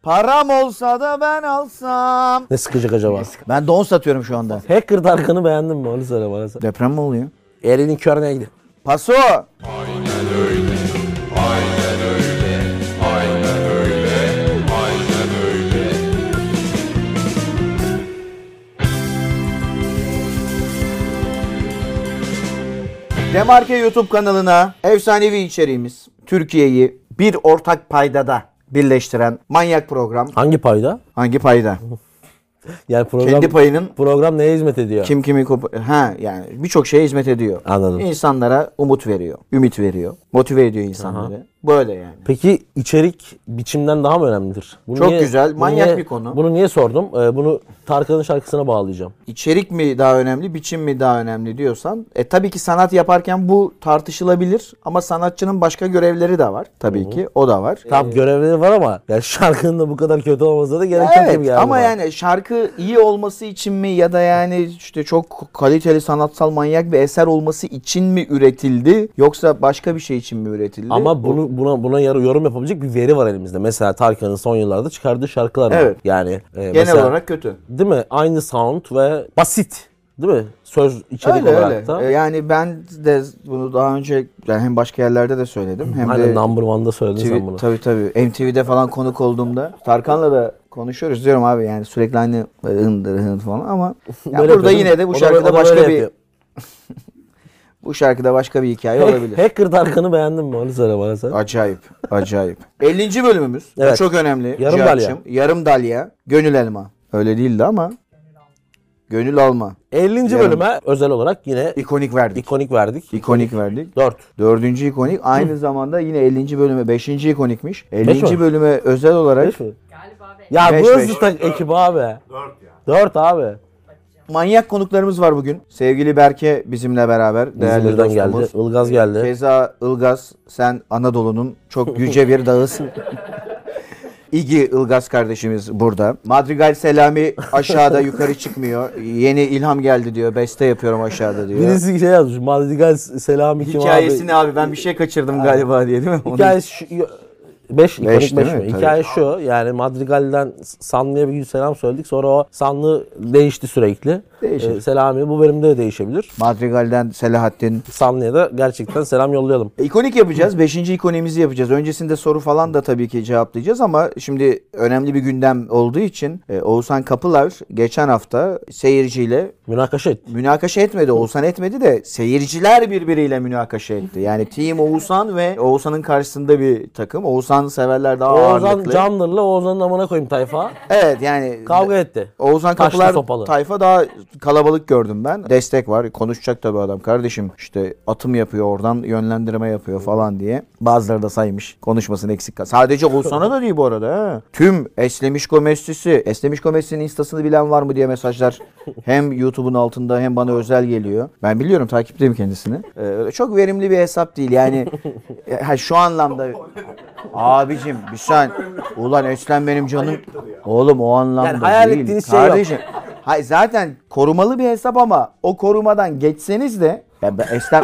Param olsa da ben alsam. Ne sıkacak acaba? Ben don satıyorum şu anda. Hacker Tarkan'ı beğendin mi? Onu söyle bana sen. Deprem mi oluyor? Elinin körüne gidin. Paso. Demarke YouTube kanalına efsanevi içeriğimiz Türkiye'yi bir ortak paydada birleştiren manyak program. Hangi payda? Hangi payda? Yani Kendi payının program neye hizmet ediyor? kim kimi yani birçok şeye hizmet ediyor. Anladım. İnsanlara umut veriyor, ümit veriyor, motive ediyor insanları. Aha. Böyle yani. Peki içerik biçimden daha mı önemlidir? Bunu çok güzel, manyak bir konu. Bunu niye sordum? Bunu Tarkan'ın şarkısına bağlayacağım. İçerik mi daha önemli, biçim mi daha önemli diyorsan, tabii ki sanat yaparken bu tartışılabilir ama sanatçının başka görevleri de var. Tabii ki o da var. Tam görevleri var ama yani şarkının da bu kadar kötü olmasına da gerek yok gibi geldi. Ama yani şarkı iyi olması için mi ya da yani işte çok kaliteli sanatsal manyak bir eser olması için mi üretildi yoksa başka bir şey için mi üretildi? Ama buna yorum yapabilecek bir veri var elimizde. Mesela Tarkan'ın son yıllarda çıkardığı şarkılar var. Evet. Yani genel mesela, olarak kötü. Değil mi? Aynı sound ve basit. Değil mi? Söz içerik olarak da. Yani ben de bunu daha önce yani hem başka yerlerde de söyledim hem aynen, de Number One'da söyledin sen bunu. Tabii. MTV'de falan konuk olduğumda Tarkan'la da konuşuyoruz diyorum abi yani sürekli aynı hındır falan ama burada yine de bu şarkıda başka bir bu şarkıda başka bir hikaye olabilir. Hacker Tarkan'ı beğendin mi? Onu söyle bana sen. Acayip. 50. bölümümüz. Evet. Çok önemli. Yarım dalya. Yarım dalya. Gönül elma. Öyle değildi ama. Gönül alma. 50. bölüme özel olarak yine ikonik verdik. İkonik verdik. 4. 4. ikonik. Aynı zamanda yine 50. bölüme 5. ikonikmiş. 50. bölüme özel olarak. Ya bu hızlı ekip abi. 4 ya. 4 abi. Manyak konuklarımız var bugün. Sevgili Berke bizimle beraber. Değerli dostumuz. Geldi. Ilgaz geldi. Keza Ilgaz, sen Anadolu'nun çok yüce bir dağısın. İgi Ilgaz kardeşimiz burada. Madrigal Selami aşağıda yukarı çıkmıyor. Yeni ilham geldi diyor. Beste yapıyorum aşağıda diyor. Birisi şey yazmış. Madrigal Selami kim abi? Hikayesini abi ben bir şey kaçırdım galiba diye değil mi? Hikayesi 5 ikonik 5 mi? Tabii. Hikaye şu yani Madrigal'den Sanlı'ya bir gün selam söyledik. Sonra o Sanlı değişti sürekli. Selami bu bölümde de değişebilir. Madrigal'den Selahattin. Sanlı'ya da gerçekten selam yollayalım. İkonik yapacağız. 5. ikonimizi yapacağız. Öncesinde soru falan da tabii ki cevaplayacağız ama şimdi önemli bir gündem olduğu için Oğuzhan Kapılar geçen hafta seyirciyle münakaşa etmedi. Oğuzhan etmedi de seyirciler birbiriyle münakaşa etti. Yani Team Oğuzhan ve Oğuzhan'ın karşısında bir takım. Oğuzhan severler daha ağırlıklı. Oğuzhan Canlar'la Oğuzhan'ın amına koyayım tayfa. Evet yani. Kavga etti. Oğuzhan Kapılar tayfa daha kalabalık gördüm ben. Destek var. Konuşacak tabii adam. Kardeşim işte atım yapıyor oradan yönlendirme yapıyor falan diye. Bazıları da saymış. Konuşmasını eksik kal. Sadece Oğuzhan'a da değil bu arada. He. Tüm Eslemişko Mescisi. Eslemişko Mescisi'nin instasını bilen var mı diye mesajlar hem YouTube'un altında hem bana özel geliyor. Ben biliyorum takipteyim kendisini. Çok verimli bir hesap değil. Yani şu anlamda abicim bir sen ulan Eslem benim canım. Oğlum o anlamda yani hayal değil. Ettiğiniz şey kardeşim. Yok. Hayır zaten korumalı bir hesap ama o korumadan geçseniz de ya Eslem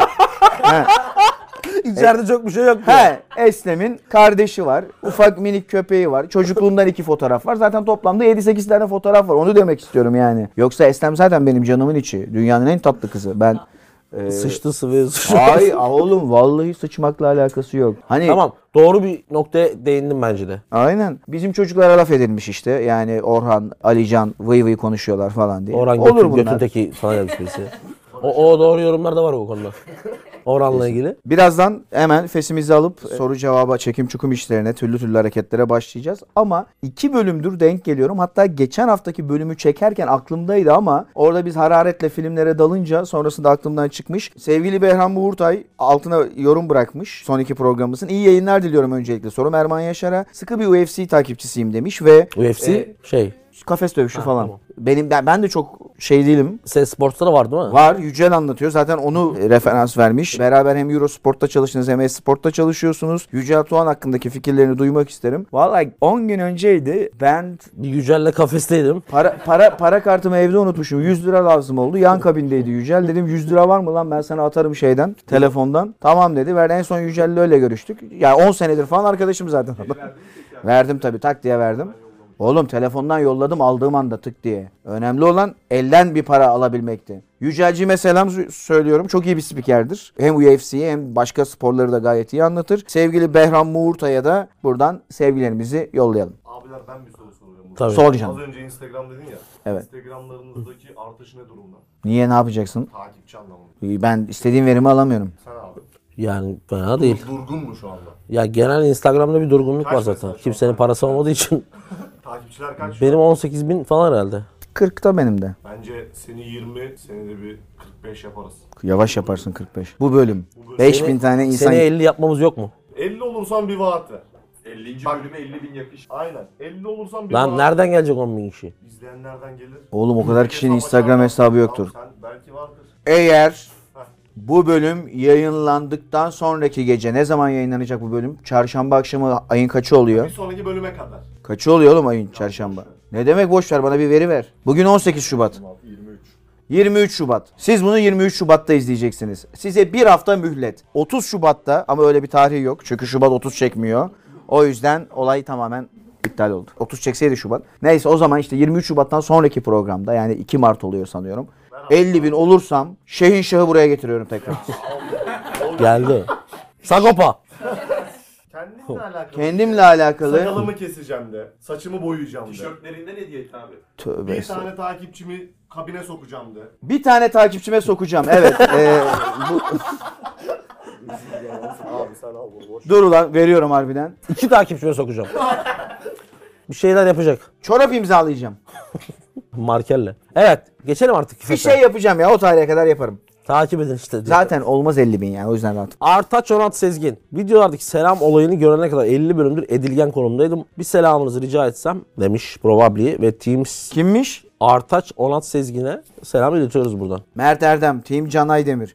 İçeride çok bir şey yok. Eslem'in kardeşi var. Ufak minik köpeği var. Çocukluğundan 2 fotoğraf var. Zaten toplamda 7-8 tane fotoğraf var. Onu demek istiyorum yani. Yoksa Eslem zaten benim canımın içi. Dünyanın en tatlı kızı. Ben sıçtı sıvı. Ay oğlum vallahi sıçmakla alakası yok. Hani tamam doğru bir noktaya değindim bence de. Aynen. Bizim çocuklara laf edilmiş işte. Yani Orhan, Alican vıy vıy konuşuyorlar falan diye. Orhan olur götündeki sana yazmış birisi. O doğru yorumlar da var o konuda. Orhan'la ilgili. Birazdan hemen fesimizi alıp soru cevaba çekim çukum işlerine türlü hareketlere başlayacağız. Ama 2 bölümdür denk geliyorum. Hatta geçen haftaki bölümü çekerken aklımdaydı ama orada biz hararetle filmlere dalınca sonrasında aklımdan çıkmış. Sevgili Behram Uğurtay altına yorum bırakmış son 2 programımızın. İyi yayınlar diliyorum öncelikle. Sorum Erman Yaşar'a. Sıkı bir UFC takipçisiyim demiş ve UFC kafes dövüşü falan. Tamam. Ben de çok şey değilim. Ses Sports'ta da var değil mi? Var. Yücel anlatıyor. Zaten onu referans vermiş. Beraber hem Eurosport'ta çalıştınız hem Esport'ta çalışıyorsunuz. Yücel Tuğan hakkındaki fikirlerini duymak isterim. Vallahi 10 gün önceydi. Ben Yücel'le kafesteydim. Para kartımı evde unutmuşum. 100 lira lazım oldu. Yan kabindeydi Yücel. Dedim 100 lira var mı lan ben sana atarım şeyden. Telefondan. Tamam dedi. Verdi. En son Yücel'le öyle görüştük. Yani 10 senedir falan arkadaşım zaten. Verdim tabii. Tak diye verdim. Oğlum telefondan yolladım aldığım anda tık diye. Önemli olan elden bir para alabilmekti. Yücelcime selam söylüyorum. Çok iyi bir spikerdir. Hem UFC'yi hem başka sporları da gayet iyi anlatır. Sevgili Behram Muğurta'ya da buradan sevgilerimizi yollayalım. Abiler ben bir soru soruyorum. Tabii. Sor canım. Az önce Instagram dedin ya. Evet. Instagramlarınızdaki artış ne durumda? Niye ne yapacaksın? Takipçi anlamında. Ben istediğim verimi alamıyorum. Sen abi. Yani fena değil. Durgun mu şu anda? Ya genel Instagram'da bir durgunluk var Kaç zaten. mesela? Kimsenin parası olmadığı için. Takipçiler kaç şu Benim an? 18.000 falan herhalde. 40'ta benim de. Bence seni 20, seni de bir 45 yaparız. Yavaş yaparsın 45. Bu bölüm. 5000 tane insan. Seneye 50 yapmamız yok mu? 50 olursan bir vaat ver. 50. Bak- bölüme 50.000 yakış. Aynen. 50 olursan bir Lan vaat. nereden gelecek 10.000 kişi? İzleyenlerden gelir. Oğlum o kadar kişinin Instagram hesabı yoktur. Tamam, sen belki vardır. Eğer bu bölüm yayınlandıktan sonraki gece ne zaman yayınlanacak bu bölüm? Çarşamba akşamı ayın kaçı Bir oluyor? sonraki bölüme kadar. Kaçı oluyor oğlum ayın çarşamba? Ne demek boş ver bana bir veri ver. Bugün 18 Şubat. 23. 23 Şubat. Siz bunu 23 Şubat'ta izleyeceksiniz. Size bir hafta mühlet. 30 Şubat'ta ama öyle bir tarih yok. Çünkü Şubat 30 çekmiyor. O yüzden olay tamamen iptal oldu. 30 çekseydi Şubat. Neyse o zaman işte 23 Şubat'tan sonraki programda yani 2 Mart oluyor sanıyorum. 50.000 olursam Şehinşah'ı buraya getiriyorum tekrar. Geldi. Sagopa. Kendimle alakalı. Kendimle alakalı. Sakalımı keseceğim de. Saçımı boyayacağım de. Tişörtlerinden hediye et abi. Tövbe Bir estağfurullah. tane takipçimi kabine sokacağım de. Bir tane takipçime sokacağım. Evet. Abi sen al bunu boş. Dur ulan veriyorum harbiden. 2 takipçime sokacağım. Bir şeyler yapacak. Çorap imzalayacağım. Markerle. Evet. Geçelim artık. Bir küfete. şey yapacağım ya o tarihe kadar yaparım. Takip edin işte. Zaten olmaz 50.000 yani o yüzden rahat. Artaç Onat Sezgin. Videolardaki selam olayını görene kadar 50 bölümdür edilgen konumdaydım. Bir selamınızı rica etsem demiş Probably ve Teams Kimmiş? Artaç Onat Sezgin'e selam iletiyoruz buradan. Mert Erdem, Team Can Aydemir.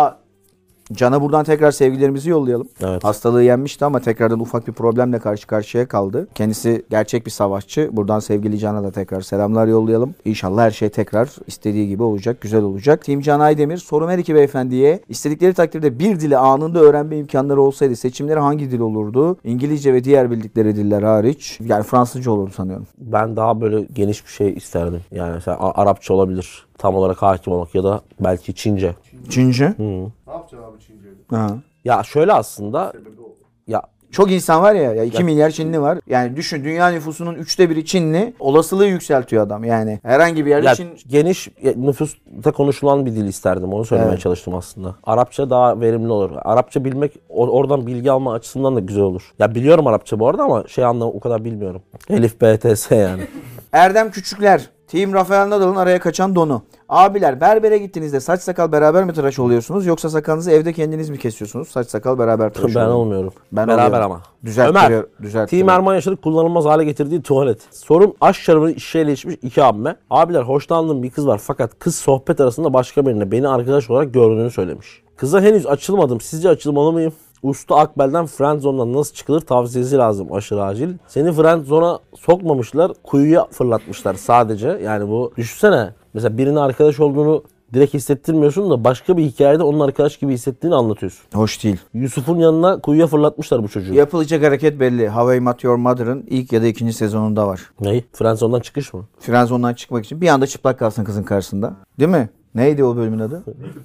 Can'a buradan tekrar sevgilerimizi yollayalım. Evet. Hastalığı yenmişti ama tekrardan ufak bir problemle karşı karşıya kaldı. Kendisi gerçek bir savaşçı. Buradan sevgili Can'a da tekrar selamlar yollayalım. İnşallah her şey tekrar istediği gibi olacak, güzel olacak. Team Can Aydemir, sorum her iki beyefendiye istedikleri takdirde bir dili anında öğrenme imkanları olsaydı seçimleri hangi dil olurdu? İngilizce ve diğer bildikleri diller hariç. Yani Fransızca olurdu sanıyorum. Ben daha böyle geniş bir şey isterdim. Yani mesela Arapça olabilir. Tam olarak hakim olmak ya da belki Çince. Çince? Ne yapacaksın abi Çince'yle? Ha. Ya şöyle aslında ya Çok insan var ya 2 milyar Çinli var. Yani düşün dünya nüfusunun 1/3'ü Çinli. Olasılığı yükseltiyor adam yani. Herhangi bir yerde ya Çin... geniş nüfusta konuşulan bir dil isterdim. Onu söylemeye Evet. çalıştım aslında. Arapça daha verimli olur. Arapça bilmek oradan bilgi alma açısından da güzel olur. Ya biliyorum Arapça bu arada ama şey anlamı o kadar bilmiyorum. Elif BTS yani. Erdem Küçükler. Team Rafael Nadal'ın araya kaçan donu. Abiler berbere gittiğinizde saç sakal beraber mi tıraş oluyorsunuz yoksa sakalınızı evde kendiniz mi kesiyorsunuz? Saç sakal beraber tıraş Ben oluyor. olmuyorum. Ben Beraber oluyorum. ama. Düzelttiriyor. Ömer. Düzelttiriyor. Team Erman Yaşar'ın kullanılmaz hale getirdiği tuvalet. Sorum aşk şarabını şişeyle içmiş 2 abime. Abiler hoşlandığım bir kız var fakat kız sohbet arasında başka birine beni arkadaş olarak gördüğünü söylemiş. Kıza henüz açılmadım. Sizce açılmalı mıyım? Usta Akbel'den Friendzone'dan nasıl çıkılır tavsiyesi lazım aşırı acil. Seni Friendzone'a sokmamışlar, kuyuya fırlatmışlar sadece. Yani bu düşünsene mesela birine arkadaş olduğunu direkt hissettirmiyorsun da başka bir hikayede onun arkadaş gibi hissettiğini anlatıyorsun. Hoş değil. Yusuf'un yanına kuyuya fırlatmışlar bu çocuğu. Yapılacak hareket belli. How I Met Your Mother'ın ilk ya da ikinci sezonunda var. Neyi? Friendzone'dan çıkış mı? Friendzone'dan çıkmak için bir anda çıplak kalsın kızın karşısında. Değil mi? Neydi o bölümün adı?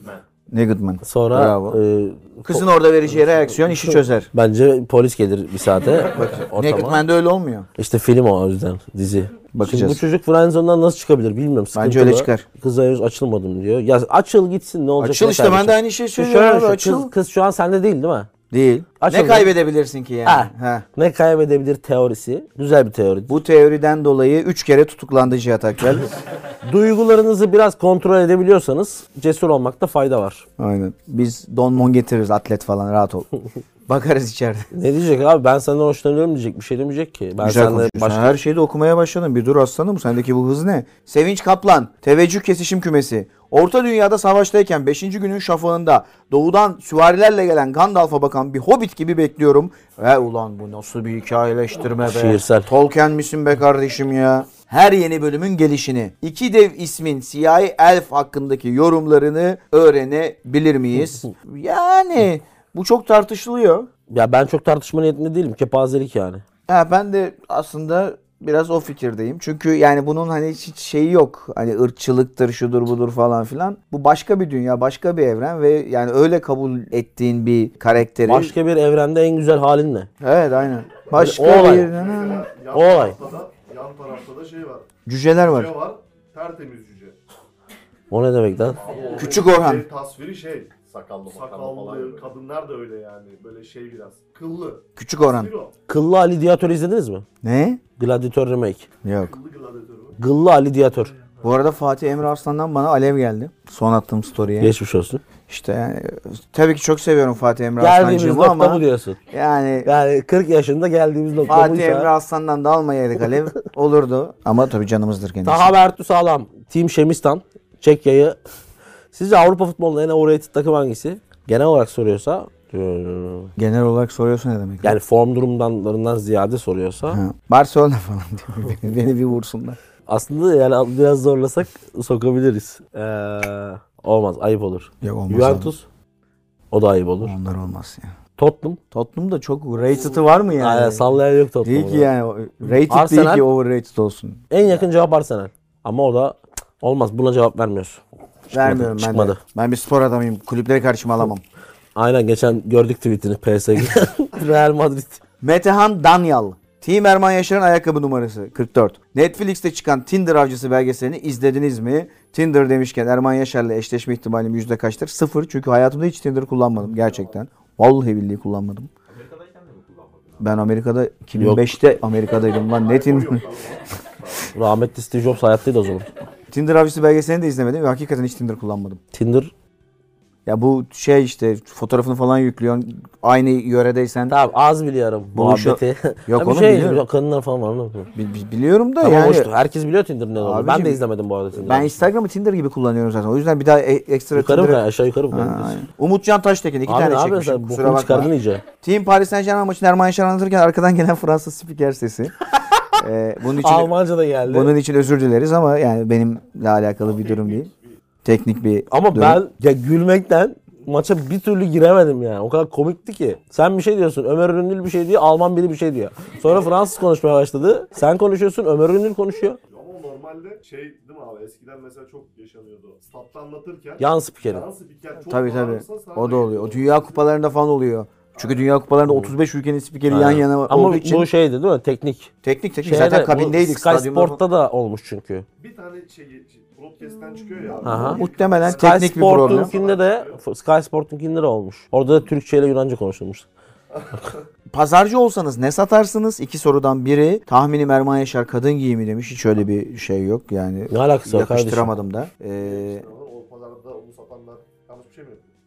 Naked Man. Sonra Bravo. Kızın orada vereceği reaksiyon işi çözer. bence polis gelir bir saate. Naked ortama. Man'de öyle olmuyor. İşte film o yüzden dizi. Bakacağız. Şimdi bu çocuk Friendzone'dan nasıl çıkabilir bilmiyorum. Bence öyle Sıkıntılı. çıkar. Kıza henüz açılmadım diyor. Ya açıl gitsin ne olacak? Açıl ne işte ben de kaybedecek? aynı şeyi Şimdi söylüyorum şöyle abi, düşün, açıl. Kız şu an sende değil mi? Değil. Açıl Ne be. kaybedebilirsin ki yani? Ha. Ha. Ne kaybedebilir teorisi. Güzel bir teori. Bu teoriden dolayı 3 kere tutuklandı Cihat Akbel. Duygularınızı biraz kontrol edebiliyorsanız cesur olmakta fayda var. Aynen. Biz donmon getiririz atlet falan rahat ol. Bakarız içeride. Ne diyecek abi? Ben senden hoşlanıyorum diyecek. Bir şey demeyecek ki. Ben Güzel seninle konuşuyorsun. başka... Sen her şeyi de okumaya başladın. Bir dur aslanım. Sendeki bu hız ne? Sevinç Kaplan. Teveccüh kesişim kümesi. Orta Dünya'da savaştayken 5. günün şafağında doğudan süvarilerle gelen Gandalf'a bakan bir hobbit gibi bekliyorum. Ve ulan bu nasıl bir hikayeleştirme be. Şiirsel. Tolkien misin be kardeşim ya? Her yeni bölümün gelişini, iki dev ismin siyahi elf hakkındaki yorumlarını öğrenebilir miyiz? Yani bu çok tartışılıyor. Ya ben çok tartışma niyetinde değilim. Kepazelik yani. Ha, ben de aslında biraz o fikirdeyim. Çünkü yani bunun hani hiç şeyi yok. Hani ırkçılıktır, şudur budur falan filan. Bu başka bir dünya, başka bir evren ve yani öyle kabul ettiğin bir karakteri. Başka bir evrende en güzel halin ne? Evet aynen. Başka O olay. bir Mesela yan Olay. tarafta da şey var. cüceler var. Cüce var. Tertemiz cüce. O ne demek lan? Abi o Küçük Orhan. Tasviri şey. Sakallı Sakallı, kadınlar da öyle yani. Böyle şey biraz. Kıllı. Küçük Orhan. Tasviri o. Kıllı Ali Diyatör izlediniz mi? Ne? Gladiator Remake. Yok. Kıllı gladyatör mü? Kıllı Ali Diyatör. Bu arada Fatih Emre Arslan'dan bana alev geldi. Son attığım story'e. Geçmiş olsun. İşte yani tabii ki çok seviyorum Fatih Emre Geldiğimiz Arslan'cığımı nokta ama bu diyorsun. yani Yani 40 yaşında geldiğimiz nokta Fatih buysa. Emre Arslan'dan da almayaydık alev olurdu. Ama tabii canımızdır kendisi. Taha Bertu Sağlam. Team Şemistan. Çekya'yı. Sizce Avrupa futbolunun en overrated takım hangisi? Genel olarak soruyorsa. Genel olarak soruyorsun ne demek? Yani form durumlarından ziyade soruyorsa. Ha, Barcelona falan diyor. Beni bir vursunlar. Aslında yani biraz zorlasak sokabiliriz. Olmaz. Ayıp olur. Yok olmaz. Juventus. O da ayıp olur. Onlar olmaz ya. Tottenham. Tottenham'da çok rated'ı var mı yani? Yani sallayan yok Tottenham'da. Değil ki yani. Rated Arsenal. değil ki overrated olsun. En yakın cevap Arsenal. Ama o da olmaz. Buna cevap vermiyorsun. Vermiyorum ben de. çıkmadı. Ben bir spor adamıyım. Kulüpleri karşıma alamam. Aynen geçen gördük tweetini PSG. Real Madrid. Metehan Danyal. Team Erman Yaşar'ın ayakkabı numarası 44. Netflix'te çıkan Tinder avcısı belgeselini izlediniz mi? Tinder demişken Erman Yaşar'la eşleşme ihtimalim yüzde kaçtır? 0. Çünkü hayatımda hiç Tinder kullanmadım gerçekten. Vallahi billahi kullanmadım. Amerika'dayken de mi kullanmadın? Ben Amerika'da 2005'te Amerika'daydım lan. Ne Tinder? Rahmetli Steve Jobs hayattaydı o zaman. Tinder avcısı belgeselini de izlemedim ve hakikaten hiç Tinder kullanmadım. Tinder. Ya bu şey işte fotoğrafını falan yüklüyorsun. Aynı yöredeysen Tamam az biliyorum Buluşu- muhabbeti. Yok, Ha, bir onu şey, biliyorum. kadınlar falan var. Onu biliyorum da Tamam yani. hoştu. Herkes biliyor Tinder'ın ne olduğunu. Ben Abicim, de izlemedim bu arada Tinder'ı. Ben Instagram'ı Tinder gibi kullanıyorum zaten. O yüzden bir daha ekstra Yukarı mı Tinder'ı... kay? Aşağı yukarı mı Ha, kay? aynen. Umutcan Taştekin 2 Abi ne tane yapıyorsun çekmişim. sen? Kusura Bokunu bakma. çıkardın iyice. Team Paris Saint Germain maçını Erman Yaşar anlatırken arkadan gelen Fransız spiker sesi. Bunun için Almanca da geldi. bunun için özür dileriz ama yani benimle alakalı bir durum değil. Teknik bir Ama durum. ben ya gülmekten maça bir türlü giremedim yani. O kadar komikti ki. Sen bir şey diyorsun. Ömer Ünlü bir şey diyor. Alman biri bir şey diyor. Sonra Fransız konuşmaya başladı. Sen konuşuyorsun. Ömer Ünlü konuşuyor. Ama normalde şey değil mi abi? Eskiden mesela çok yaşanıyordu. Statta anlatırken Yan spikerin. yan spiker çok Tabii bağırırsa sana o da da oluyor. O geliyor. Dünya Kupalarında falan oluyor. Çünkü Dünya Kupalarında 35 ülkenin spikeri yan yana Ama olduğu için bu şeydi değil mi? Teknik. teknik Şeyde, zaten bu kabindeydik. Sky stadyumda falan. Sport'ta da olmuş çünkü. Bir tane broadcast'ten çıkıyor ya. Aha. Muhtemelen Sky teknik bir problem. Sport'unkinde de Sky Sport'unkinde de olmuş. Orada da Türkçe ile Yunanca konuşulmuş. Pazarcı olsanız ne satarsınız? 2 sorudan biri. Tahminim Erman Yaşar kadın giyimi demiş. Hiç öyle bir şey yok yani. Ne alakası var kardeşim? Yakıştıramadım da. O pazarda onu satanlar yanlış bir şey mi yapıyor?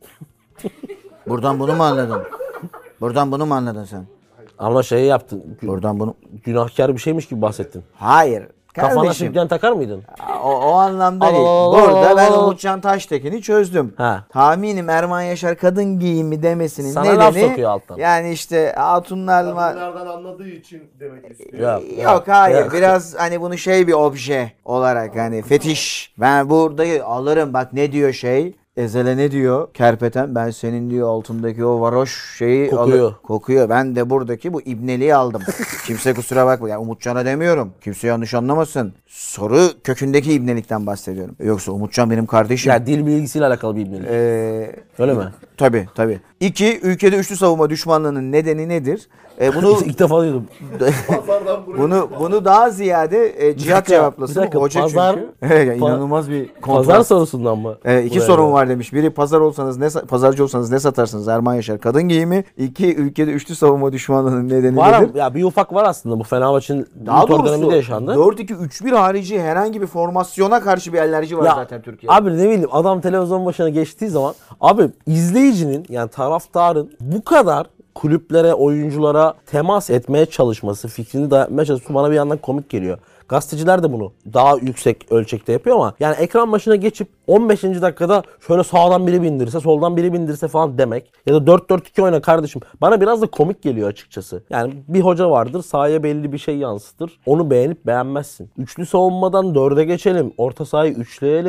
Buradan bunu mu anladın? Buradan bunu mu anladın sen? Ama şeyi yaptın. Buradan bunu... Günahkar bir şeymiş gibi bahsettin. Hayır. Kafana Kardeşim. sütyen takar mıydın? O anlamda değil. Allah Burada Allah ben Allah. Umutcan Taştekin'i çözdüm. Ha. Tahminim Erman Yaşar kadın giyimi demesinin Sana nedeni... laf sokuyor alttan. Yani işte hatunlar... Kadınlardan anladığı için demek istiyor. Yok hayır Yok. biraz hani bunu şey bir obje olarak hani fetiş. Ben burada alırım bak ne diyor şey. Ezele ne diyor? Kerpeten ben senin diyor altındaki o varoş şeyi Kokuyor. kokuyor. Ben de buradaki bu ibneliği aldım. Kimse kusura bakma. Yani Umutcan'a demiyorum. Kimse yanlış anlamasın. Soru kökündeki ibnelikten bahsediyorum. Yoksa Umutcan benim kardeşim. Ya dil bilgisiyle alakalı bir ibnelik. Öyle mi? Tabii. 2. Ülkede üçlü savunma düşmanlığının nedeni nedir? Bunu İlk defa duydum. Pazardan buraya bunu daha ziyade Cihat dakika, cevaplasın. bir dakika, Hoca pazar- çünkü. Evet, inanılmaz bir kontrast. Pazar sorusundan mı? 2 Buraya sorun gel. var demiş. Biri pazarcı olsanız ne satarsınız? Erman Yaşar kadın giyimi. 2 ülkede üçlü savunma düşmanlığının nedeni Var nedir? ama ya bir ufak var aslında bu Fenerbahçe'nin Daha motor dönemi de doğrusu yaşandı. 4-2-3-1 harici herhangi bir formasyona karşı bir alerji var Ya, zaten Türkiye'de. Abi ne bileyim adam televizyon başına geçtiği zaman abi izleyicinin yani taraftarın bu kadar kulüplere, oyunculara temas etmeye çalışması, fikrini dayatmaya çalışması bana bir yandan komik geliyor. Gazeteciler de bunu daha yüksek ölçekte yapıyor ama yani ekran başına geçip 15. dakikada şöyle sağdan biri bindirse, soldan biri bindirse falan demek ya da 4-4-2 oyna kardeşim. Bana biraz da komik geliyor açıkçası. Yani bir hoca vardır, sahaya belli bir şey yansıtır. Onu beğenip beğenmezsin. Üçlü savunmadan 4'e geçelim, orta sahayı üçleyelim.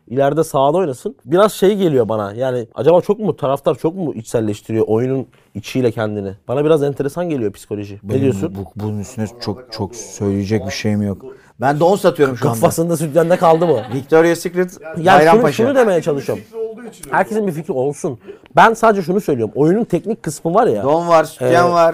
ileride sağda oynasın. Biraz şey geliyor bana. Yani acaba taraftar çok mu içselleştiriyor oyunun içiyle kendini? Bana biraz enteresan geliyor psikoloji. Ne diyorsun? Bunun üstüne çok söyleyecek bir şeyim yok. Ben don satıyorum şu anda. Kafasında sütyende kaldı mı? Victoria's Secret Yani Bayrampaşa. şunu demeye çalışıyorum. Fikri olduğu için öyle. Herkesin bir fikri olsun. Ben sadece şunu söylüyorum. Oyunun teknik kısmı var ya. Don var, sütyen var.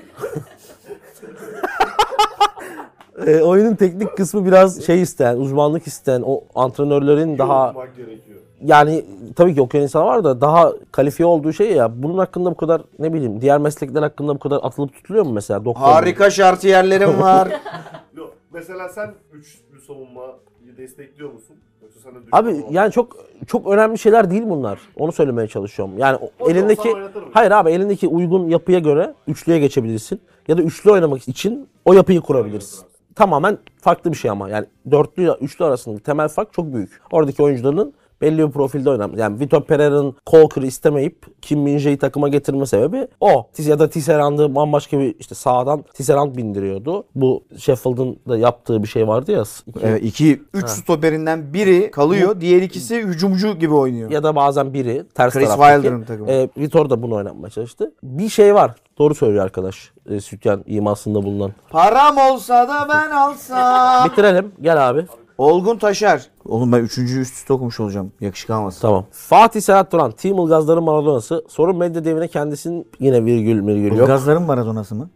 Oyunun teknik kısmı biraz şey isteyen, uzmanlık isteyen, o antrenörlerin daha Olmak gerekiyor. yani tabii ki okuyan insan var da daha kalifiye olduğu şey ya. Bunun hakkında bu kadar ne bileyim diğer meslekler hakkında bu kadar atılıp tutuluyor mu mesela? Doktor Harika şartiyerlerim var. Yok, mesela sen üçlü savunmayı destekliyor musun? Yoksa sana Abi yani çok önemli şeyler değil bunlar. Onu söylemeye çalışıyorum. Yani O elindeki zaman oynatırım. hayır abi elindeki uygun yapıya göre üçlüye geçebilirsin ya da üçlü oynamak için o yapıyı kurabilirsin. Tamamen farklı bir şey ama yani dörtlü ile üçlü arasındaki temel fark çok büyük. Oradaki oyuncuların belli bir profilde oynaması. Yani Vitor Pereira'nın Colker'ı istemeyip Kim Min-jae'yi takıma getirme sebebi o. Ya da Tisserand'ı bambaşka bir işte sağdan Tisserand bindiriyordu. Bu Sheffield'ın da yaptığı bir şey vardı ya. Evet, 3 stoperinden biri kalıyor, diğer ikisi hücumcu gibi oynuyor. Ya da bazen biri ters Chris taraftaki. Wilder'ın takımı. Vitor da bunu oynatmaya çalıştı. Bir şey var. Doğru söylüyor arkadaş. Sütyen imasında bulunan. Param olsa da ben alsam. Bitirelim. Gel abi. Olgun Taşar. Oğlum ben 3. üst üste okumuş olacağım. Yakışık almasın. Tamam. Fatih Serhat Turan. Team Ilgazların Maradona'sı. Sorun medya devine kendisinin yine virgül yok. Ilgazların Maradona'sı mı?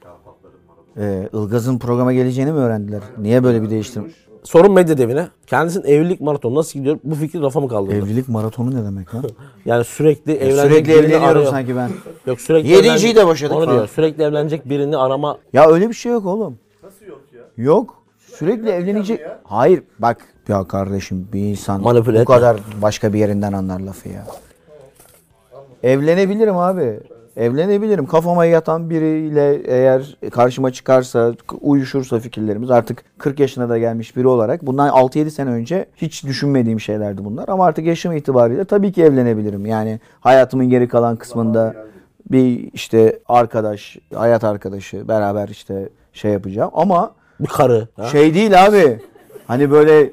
Ilgaz'ın programa geleceğini mi öğrendiler? Niye böyle bir değiştirmiş? Sorun medya devine. Kendisinin evlilik maratonu nasıl gidiyor? Bu fikri rafa mı kaldırdı? Evlilik maratonu ne demek lan? Yani sürekli evlenecek Sürekli birini evleniyorum arıyor. sanki ben. Yok sürekli Yedinciyi de boşadık Onu falan. diyor. Sürekli evlenecek birini arama. Ya öyle bir şey yok oğlum. Nasıl yok ya? Yok. Sürekli evlenecek. ya? Hayır bak ya kardeşim bir insan Manipüle bu etme. kadar başka bir yerinden anlar lafı ya. Evlenebilirim abi. Evlenebilirim. Kafama yatan biriyle eğer karşıma çıkarsa, uyuşursa fikirlerimiz artık 40 yaşına da gelmiş biri olarak bundan 6-7 sene önce hiç düşünmediğim şeylerdi bunlar. Ama artık yaşım itibariyle tabii ki evlenebilirim. Yani hayatımın geri kalan kısmında bir işte arkadaş, hayat arkadaşı beraber işte şey yapacağım. Ama Bir karı. Ha? şey değil abi. Hani böyle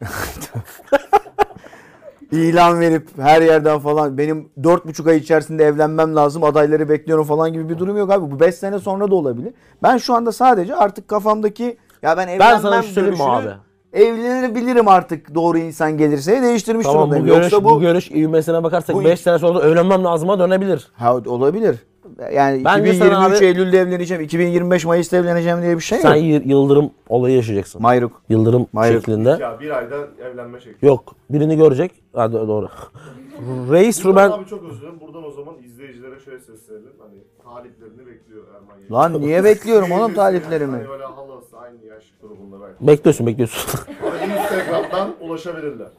ilan verip her yerden falan benim 4,5 ay içerisinde evlenmem lazım, adayları bekliyorum falan gibi bir durum yok abi. Bu 5 sene sonra da olabilir. Ben şu anda sadece artık kafamdaki ya ben evlenmem sana bir şey söyleyeyim mi görüşünü abi? evlenebilirim artık doğru insan gelirse değiştirmiş Tamam bu durumdayım. görüş, bu görüş ivmesine bakarsak bu 5 sene sonra da evlenmem lazıma dönebilir. Ha, olabilir. Yani Bence 2023 sen abi- Eylül'de evleneceğim, 2025 Mayıs'ta evleneceğim diye bir şey Sen yok. Yıldırım olayı yaşayacaksın. Mayruk. Yıldırım Mayruk. şeklinde. Ya bir ayda evlenme şekli. Yok. Birini görecek. Ha, doğru. Reis Ruben. Abi çok özür dilerim. Buradan o zaman izleyicilere şöyle seslenelim. Hani taliplerini bekliyor Erman Yeğen. Lan niye bekliyorum oğlum taliplerimi? Hani böyle halası aynı yaş grubunda belki. Bekliyorsun. Ama Instagram'dan ulaşabilirler.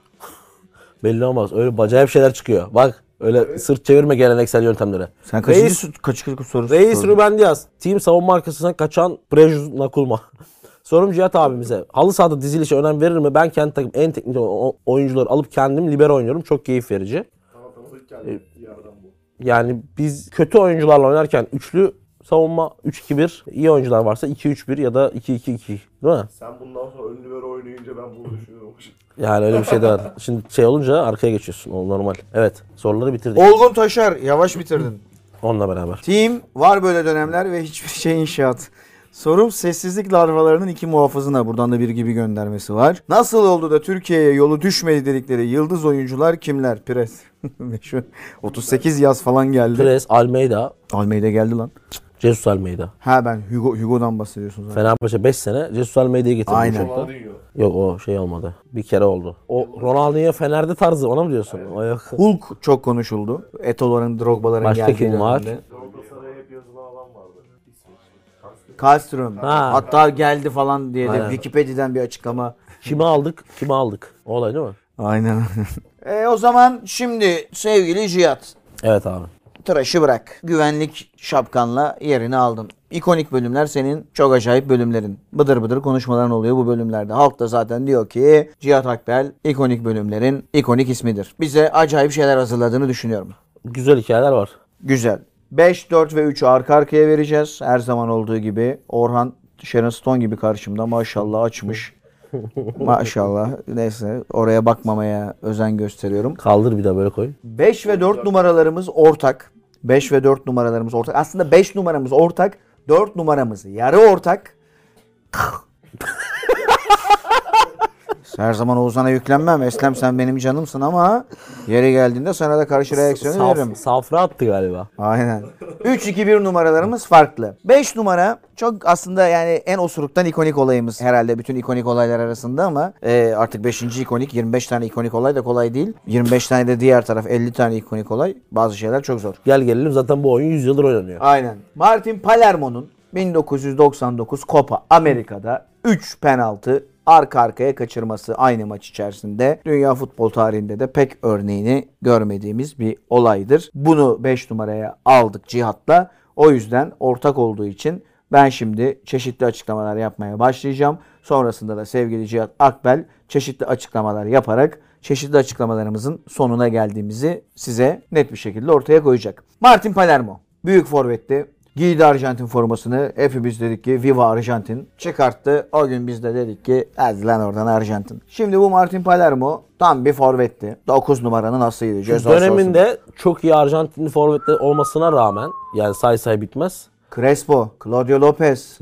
Belli olmaz. Öyle acayip şeyler çıkıyor. Bak öyle sırt çevirme geleneksel yöntemlere. Sen Reis, kaçıncı sorusu Reis sordun? Ruben Diaz. Team savunma arkasına kaçan Brejus Nakulma. Sorum Cihat abimize. Halı sahada dizilişe önem verir mi? Ben kendi takım en teknik oyuncuları alıp kendim libero oynuyorum. Çok keyif verici. Tanıtamadık kendi yerden bu. Yani biz kötü oyuncularla oynarken üçlü savunma 3-2-1, iyi oyuncular varsa 2-3-1 ya da 2-2-2 değil mi? Sen bundan sonra ön libero oynayınca ben bunu düşünüyorum. Yani öyle bir şey de var. Şimdi şey olunca arkaya geçiyorsun. O normal. Evet. Soruları bitirdik. Olgun Taşar yavaş bitirdin. Onunla beraber. Team var böyle dönemler ve hiçbir şey inşaat. Sorum sessizlik larvalarının 2 muhafızına buradan da bir gibi göndermesi var. Nasıl oldu da Türkiye'ye yolu düşmedi dedikleri yıldız oyuncular kimler? Pires. Şu 38 yaz falan geldi. Pires, Almeida, Almeida geldi lan. Jesus Almeida. Ha ben Hugo'dan bahsediyorsun zaten. Fenerbahçe 5 sene Jesus Almeida'yı getirdi. Aynen. Çok da. Ronaldinho. Yok o şey olmadı. Bir kere oldu. O Ronaldinho Fener'de tarzı ona mı diyorsun? O yok. Hulk çok konuşuldu. Eto'ların, Drogba'ların Başka geldiği kim var? dönemde. Galatasaray'a hep yazılan adam vardı. İsveçli. Kallström. Ha. Hatta geldi falan diye de Aynen. Wikipedia'dan bir açıklama. Kimi aldık? Kimi aldık? O olay değil mi? Aynen. O zaman şimdi sevgili Cihat. Evet abi. Tıraşı bırak. Güvenlik şapkanla yerini aldın. İkonik bölümler senin çok acayip bölümlerin. Bıdır bıdır konuşmaların oluyor bu bölümlerde. Halk da zaten diyor ki Cihat Akbel ikonik bölümlerin ikonik ismidir. Bize acayip şeyler hazırladığını düşünüyorum. Güzel hikayeler var. Güzel. 5, 4 ve 3'ü arka arkaya vereceğiz. Her zaman olduğu gibi. Orhan Sharon Stone gibi karşımda maşallah açmış. Maşallah. Neyse oraya bakmamaya özen gösteriyorum. Kaldır bir daha böyle koy. 5 ve 4 numaralarımız ortak. 5 ve 4 numaralarımız ortak. Aslında 5 numaramız ortak. 4 numaramız yarı ortak. Her zaman Oğuzhan'a yüklenmem. Eslem sen benim canımsın ama yeri geldiğinde sana da karşı reaksiyonu veririm. Safra attı galiba. Aynen. 3-2-1 numaralarımız farklı. 5 numara çok aslında yani en osuruktan ikonik olayımız herhalde bütün ikonik olaylar arasında ama artık 5. ikonik 25 tane ikonik olay da kolay değil. 25 tane de diğer taraf 50 tane ikonik olay. Bazı şeyler çok zor. Gel gelelim zaten bu oyun 100 yıldır oynanıyor. Aynen. Martin Palermo'nun 1999 Copa Amerika'da 3 penaltı arka arkaya kaçırması aynı maç içerisinde dünya futbol tarihinde de pek örneğini görmediğimiz bir olaydır. Bunu 5 numaraya aldık Cihat'la. O yüzden ortak olduğu için ben şimdi çeşitli açıklamalar yapmaya başlayacağım. Sonrasında da sevgili Cihat Akbel çeşitli açıklamalar yaparak çeşitli açıklamalarımızın sonuna geldiğimizi size net bir şekilde ortaya koyacak. Martin Palermo büyük forvetti. Giydi Arjantin formasını. Hepimiz dedik ki Viva Arjantin. Çıkarttı. O gün biz de dedik ki hadi lan oradan Arjantin. Şimdi bu Martin Palermo tam bir forvetti. 9 numaranın asıydı. Döneminde çok iyi Arjantinli forvetler olmasına rağmen yani say bitmez. Crespo, Claudio Lopez,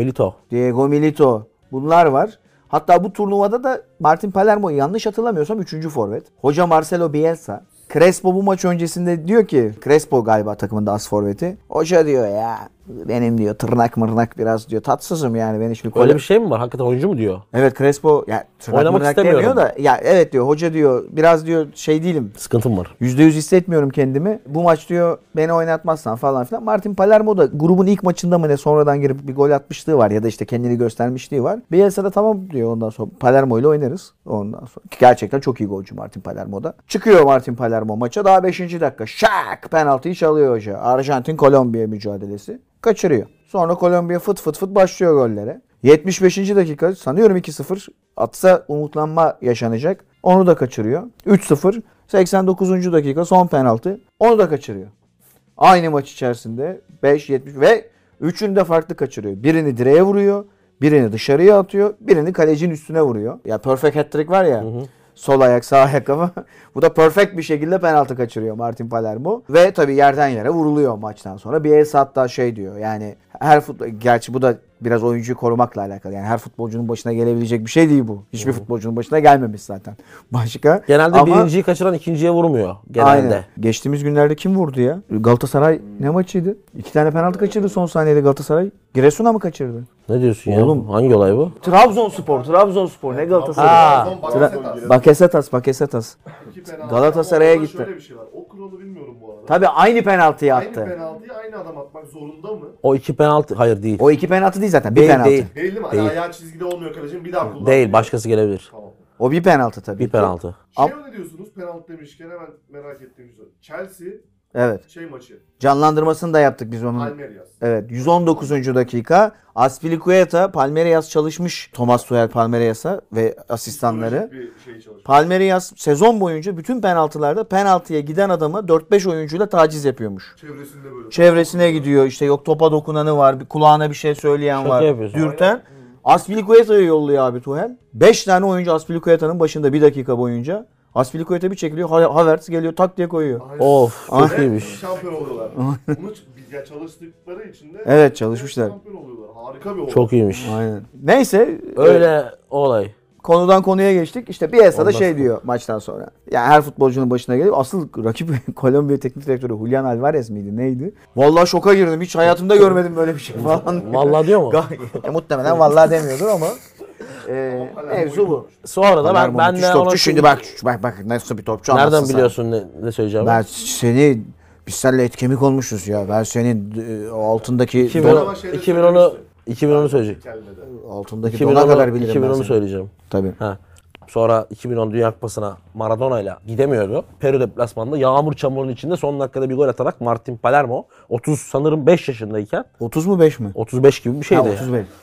Diego Milito bunlar var. Hatta bu turnuvada da Martin Palermo yanlış hatırlamıyorsam 3. forvet. Hoca Marcelo Bielsa. Crespo bu maç öncesinde diyor ki Crespo galiba takımın da as forveti. Hoca diyor ya benim diyor tırnak mırnak biraz diyor tatsızım yani beni şimdi öyle bir şey mi var? Hakikaten oyuncu mu diyor? Evet Crespo ya tırnak oynamak mırnak istemiyorum demiyor da ya evet diyor hoca diyor biraz diyor şey değilim. Sıkıntım var. %100 hissetmiyorum kendimi. Bu maç diyor beni oynatmazsan falan filan. Martin Palermo da grubun ilk maçında mı ne sonradan girip bir gol atmışlığı var ya da işte kendini göstermişliği var. Bielsa da tamam diyor ondan sonra Palermo ile oynarız. Ondan sonra gerçekten çok iyi golcü Martin Palermo da. Çıkıyor Martin Palermo maça daha 5. dakika. Şak penaltıyı çalıyor hoca. Arjantin Kolombiya mücadelesi. Kaçırıyor. Sonra Kolombiya fıt fıt başlıyor gollere. 75. dakika sanıyorum 2-0 atsa umutlanma yaşanacak. Onu da kaçırıyor. 3-0. 89. dakika son penaltı. Onu da kaçırıyor. Aynı maç içerisinde 5-70 ve üçünü de farklı kaçırıyor. Birini direğe vuruyor. Birini dışarıya atıyor. Birini kalecinin üstüne vuruyor. Ya perfect hat-trick var ya. Sol ayak sağ ayak ama bu da perfect bir şekilde penaltı kaçırıyor Martin Palermo. Ve tabii yerden yere vuruluyor maçtan sonra. Bielsa hatta şey diyor yani her futbol gerçi bu da biraz oyuncuyu korumakla alakalı. Yani her futbolcunun başına gelebilecek bir şey değil bu. Hiçbir futbolcunun başına gelmemiş zaten. Başka. Genelde ama birinciyi kaçıran ikinciye vurmuyor. Genelde. Aynen. Geçtiğimiz günlerde kim vurdu ya? Galatasaray ne maçıydı? 2 tane penaltı kaçırdı son saniyede Galatasaray. Giresun'a mı kaçırdı? Ne diyorsun Oğlum. ya? Hangi olay bu? Trabzonspor ne Galatasaray? Ha. Bakasetas. Galatasaray'a gitti. Şöyle bir şey var. O kuralı bilmiyorum bu arada. Tabii aynı penaltıyı Aynı attı. penaltıyı aynı adam atmak zorunda mı? O iki penaltı hayır değil. O 2 penaltı değil zaten. Bir Değil, penaltı. değil. Değil mi? Değil. Hani ayağı çizgide olmuyor kalecinin bir daha kullan. Değil, başkası gelebilir. Tamam. O bir penaltı tabii. Bir penaltı. Ne diyorsunuz penaltı demişken hemen merak ettiğim şey. Chelsea Evet. şey maçı. Canlandırmasını da yaptık biz onun. Palmeiras. Evet. 119. dakika. Azpilicueta, Palmeiras çalışmış Thomas Tuchel Palmeiras'a ve asistanları. Bir şey çalışmış. Palmeiras sezon boyunca bütün penaltılarda penaltıya giden adamı 4-5 oyuncuyla taciz yapıyormuş. Çevresinde böyle. Çevresine gidiyor işte yok topa dokunanı var, bir kulağına bir şey söyleyen Şaka var. yapıyorsun. Dürten. Azpilicueta'yı yolluyor abi Tuchel. 5 tane oyuncu Azpilicueta'nın başında 1 dakika boyunca. Azpilicueta bir çekiliyor. Havertz geliyor tak diye koyuyor. Aynen. Of çok Ve iyiymiş. şampiyon oluyorlar. Bunu ya çalıştıkları için de Evet, çalışmışlar. şampiyon oluyorlar. Harika bir olay. Çok iyiymiş. Aynen. Neyse. Öyle olay. Konudan konuya geçtik. İşte Bielsa da Ondan şey sonra. diyor maçtan sonra. Yani her futbolcunun başına geliyor. Asıl rakip Kolombiya teknik direktörü Julian Alvarez miydi neydi? Vallahi şoka girdim. Hiç hayatımda görmedim böyle bir şey falan. Vallahi diyor mu? Muhtemelen vallahi demiyordur ama. Palermo Mevzu bu. Sonra da Palermo ben müthiş de topçu. ona Şimdi bak nasıl bir topçu nereden anlatsın sana. biliyorsun ne söyleyeceğimi? Ben seni biz seninle et kemik olmuşuz ya. Ben senin altındaki 2010'u söyleyecek. altındaki dona kadar bilirim ben 2010'u seni. söyleyeceğim. Tabii. Ha. Sonra 2010 Dünya Kupası'na Maradona'yla gidemiyordu. Peru deplasmanında yağmur çamurun içinde son dakikada bir gol atarak Martin Palermo 30 sanırım 5 yaşındayken 30 mu 5 mi? 35 gibi bir Ha, şeydi.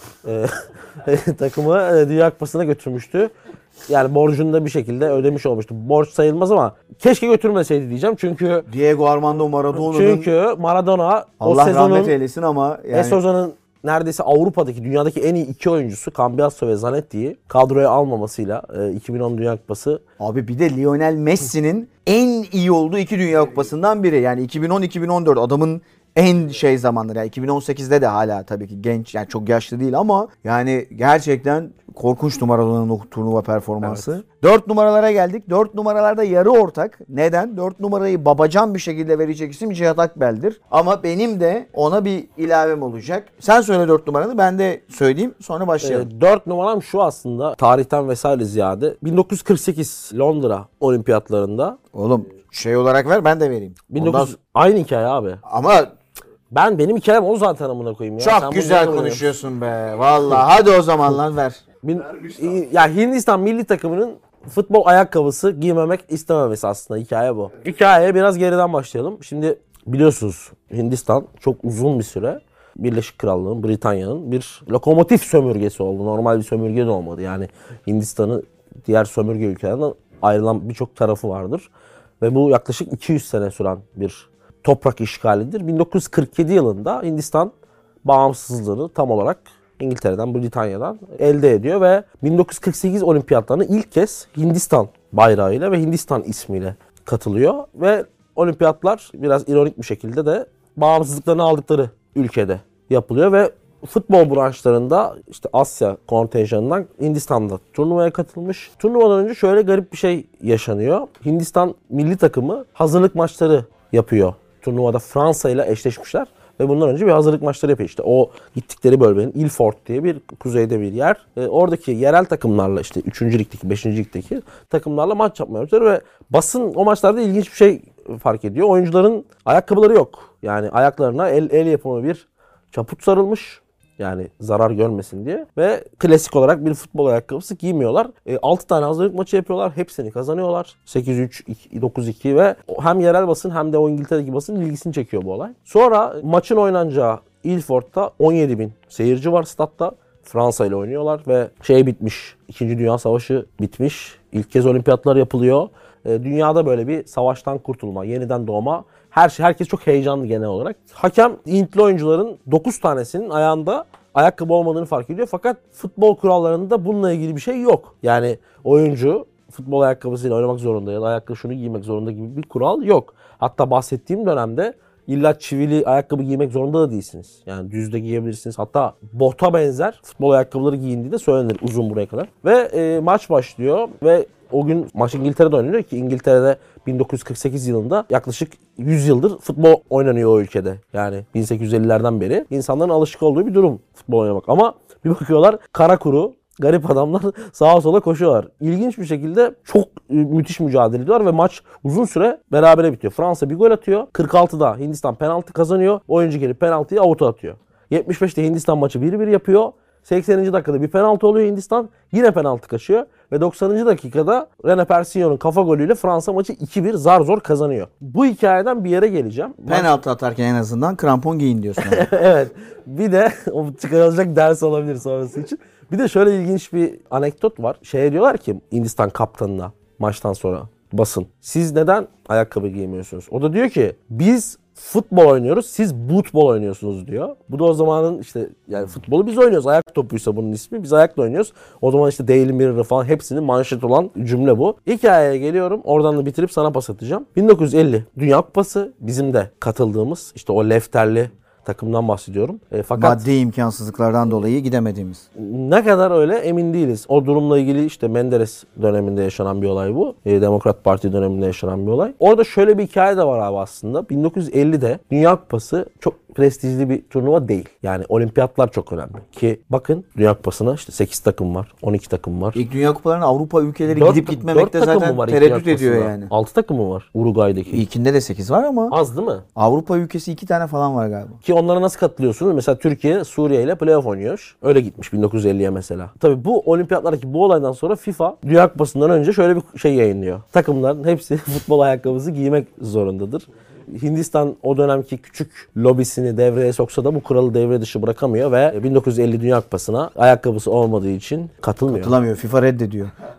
35. Takımı Dünya Kupası'na götürmüştü. Yani borcunu da bir şekilde ödemiş olmuştu. Borç sayılmaz ama keşke götürmeseydi diyeceğim. Çünkü Diego Armando Maradona'nın Maradona Allah rahmet eylesin ama yani o sezonun neredeyse Avrupa'daki, dünyadaki en iyi iki oyuncusu Cambiasso ve Zanetti'yi kadroya almamasıyla 2010 Dünya Kupası. Abi bir de Lionel Messi'nin en iyi olduğu iki Dünya Kupası'ndan biri. Yani 2010-2014 adamın en zamanları. Yani 2018'de de hala tabii ki genç, yani çok yaşlı değil ama yani gerçekten korkunç Maradona'nın o turnuva performansı. Evet. 4 numaralara geldik. 4 numaralarda yarı ortak. Neden? 4 numarayı babacan bir şekilde verecek isim Cihat Akbel'dir. Ama benim de ona bir ilavem olacak. Sen söyle 4 numaranı, ben de söyleyeyim, sonra başlayalım. 4 numaram şu aslında, tarihten vesaire ziyade 1948 Londra Olimpiyatlarında. Oğlum olarak ver, ben de vereyim. Aynı hikaye abi. Ama benim hikayem o zaten, amına koyayım ya. Çok sen güzel konuşuyorsun be. Vallahi hadi o zaman lan ver. Ya Hindistan milli takımının futbol ayakkabısı giymemek istememesi aslında, hikaye bu. Hikayeye biraz geriden başlayalım. Şimdi biliyorsunuz Hindistan çok uzun bir süre Birleşik Krallığın, Britanya'nın bir lokomotif sömürgesi oldu. Normal bir sömürge de olmadı. Yani Hindistan'ın diğer sömürge ülkelerden ayrılan birçok tarafı vardır. Ve bu yaklaşık 200 sene süren bir toprak işgalidir. 1947 yılında Hindistan bağımsızlığını tam olarak İngiltere'den, Britanya'dan elde ediyor ve 1948 olimpiyatlarına ilk kez Hindistan bayrağıyla ve Hindistan ismiyle katılıyor ve olimpiyatlar biraz ironik bir şekilde de bağımsızlıklarını aldıkları ülkede yapılıyor ve futbol branşlarında işte Asya kontenjanından Hindistan'da turnuvaya katılmış. Turnuvadan önce şöyle garip bir şey yaşanıyor. Hindistan milli takımı hazırlık maçları yapıyor. Turnuvada Fransa ile eşleşmişler ve bundan önce bir hazırlık maçları yapıyor. İşte o gittikleri bölgenin Ilford diye bir kuzeyde bir yer. Oradaki yerel takımlarla, işte 3. ligdeki, 5. ligdeki takımlarla maç yapmaya başlıyor ve basın o maçlarda ilginç bir şey fark ediyor. Oyuncuların ayakkabıları yok. Yani ayaklarına el yapımı bir çaput sarılmış. Yani zarar görmesin diye. Ve klasik olarak bir futbol ayakkabısı giymiyorlar. 6 tane hazırlık maçı yapıyorlar. Hepsini kazanıyorlar. 8-3, 9-2 ve hem yerel basın hem de o İngiltere'deki basın ilgisini çekiyor bu olay. Sonra maçın oynanacağı Ilford'da 17.000 seyirci var statta. Fransa ile oynuyorlar ve bitmiş. 2. Dünya Savaşı bitmiş. İlk kez olimpiyatlar yapılıyor. Dünyada böyle bir savaştan kurtulma, yeniden doğma. Herkes çok heyecanlı genel olarak. Hakem Hintli oyuncuların 9 tanesinin ayağında ayakkabı olmadığını fark ediyor. Fakat futbol kurallarında bununla ilgili bir şey yok. Yani oyuncu futbol ayakkabısıyla oynamak zorunda ya da ayakkabı şunu giymek zorunda gibi bir kural yok. Hatta bahsettiğim dönemde illa çivili ayakkabı giymek zorunda da değilsiniz. Yani düz de giyebilirsiniz. Hatta bota benzer futbol ayakkabıları giyindiği de söylenir uzun buraya kadar. Ve maç başlıyor ve o gün maç İngiltere'de oynanıyor ki İngiltere'de 1948 yılında yaklaşık 100 yıldır futbol oynanıyor o ülkede. Yani 1850'lerden beri insanların alışık olduğu bir durum futbol oynamak. Ama bir bakıyorlar kara kuru garip adamlar sağa sola koşuyorlar. İlginç bir şekilde çok müthiş mücadele ediyorlar ve maç uzun süre berabere bitiyor. Fransa bir gol atıyor. 46'da Hindistan penaltı kazanıyor. Oyuncu gelip penaltıyı avuta atıyor. 75'te Hindistan maçı 1-1 yapıyor. 80. dakikada bir penaltı oluyor Hindistan. Yine penaltı kaçıyor. Ve 90. dakikada René Persillon'un kafa golüyle Fransa maçı 2-1 zar zor kazanıyor. Bu hikayeden bir yere geleceğim. Penaltı atarken en azından krampon giyin diyorsun. Evet. Bir de o çıkarılacak ders olabilir sonrası için. Bir de şöyle ilginç bir anekdot var. Diyorlar ki Hindistan kaptanına maçtan sonra basın. Siz neden ayakkabı giymiyorsunuz? O da diyor ki biz futbol oynuyoruz, siz futbol oynuyorsunuz diyor. Bu da o zamanın işte yani futbolu biz oynuyoruz. Ayak topuysa bunun ismi. Biz ayakla oynuyoruz. O zaman işte Daily Mirror falan hepsinin manşet olan cümle bu. Hikayeye geliyorum. Oradan da bitirip sana pas atacağım. 1950 Dünya Kupası bizim de katıldığımız işte o lefterli takımdan bahsediyorum. Fakat maddi imkansızlıklardan dolayı gidemediğimiz. Ne kadar öyle emin değiliz. O durumla ilgili işte Menderes döneminde yaşanan bir olay bu. Demokrat Parti döneminde yaşanan bir olay. Orada şöyle bir hikaye de var abi aslında. 1950'de Dünya Kupası çok prestijli bir turnuva değil. Yani olimpiyatlar çok önemli. Ki bakın Dünya Kupası'na işte 8 takım var, 12 takım var. İlk Dünya Kupalarına Avrupa ülkeleri gidip gitmemekte zaten tereddüt ediyor yani. 6 takım mı var Uruguay'daki? İlkinde de 8 var ama. Az değil mi? Avrupa ülkesi 2 tane falan var galiba. Ki onlara nasıl katılıyorsunuz? Mesela Türkiye Suriye ile playoff oynuyor. Öyle gitmiş 1950'ye mesela. Tabii bu olimpiyatlardaki bu olaydan sonra FIFA Dünya Kupası'ndan önce şöyle bir şey yayınlıyor. Takımların hepsi futbol ayakkabısı giymek zorundadır. Hindistan o dönemki küçük lobisini devreye soksa da bu kuralı devre dışı bırakamıyor ve 1950 Dünya Kupası'na ayakkabısı olmadığı için katılmıyor. Katılamıyor. FIFA reddediyor.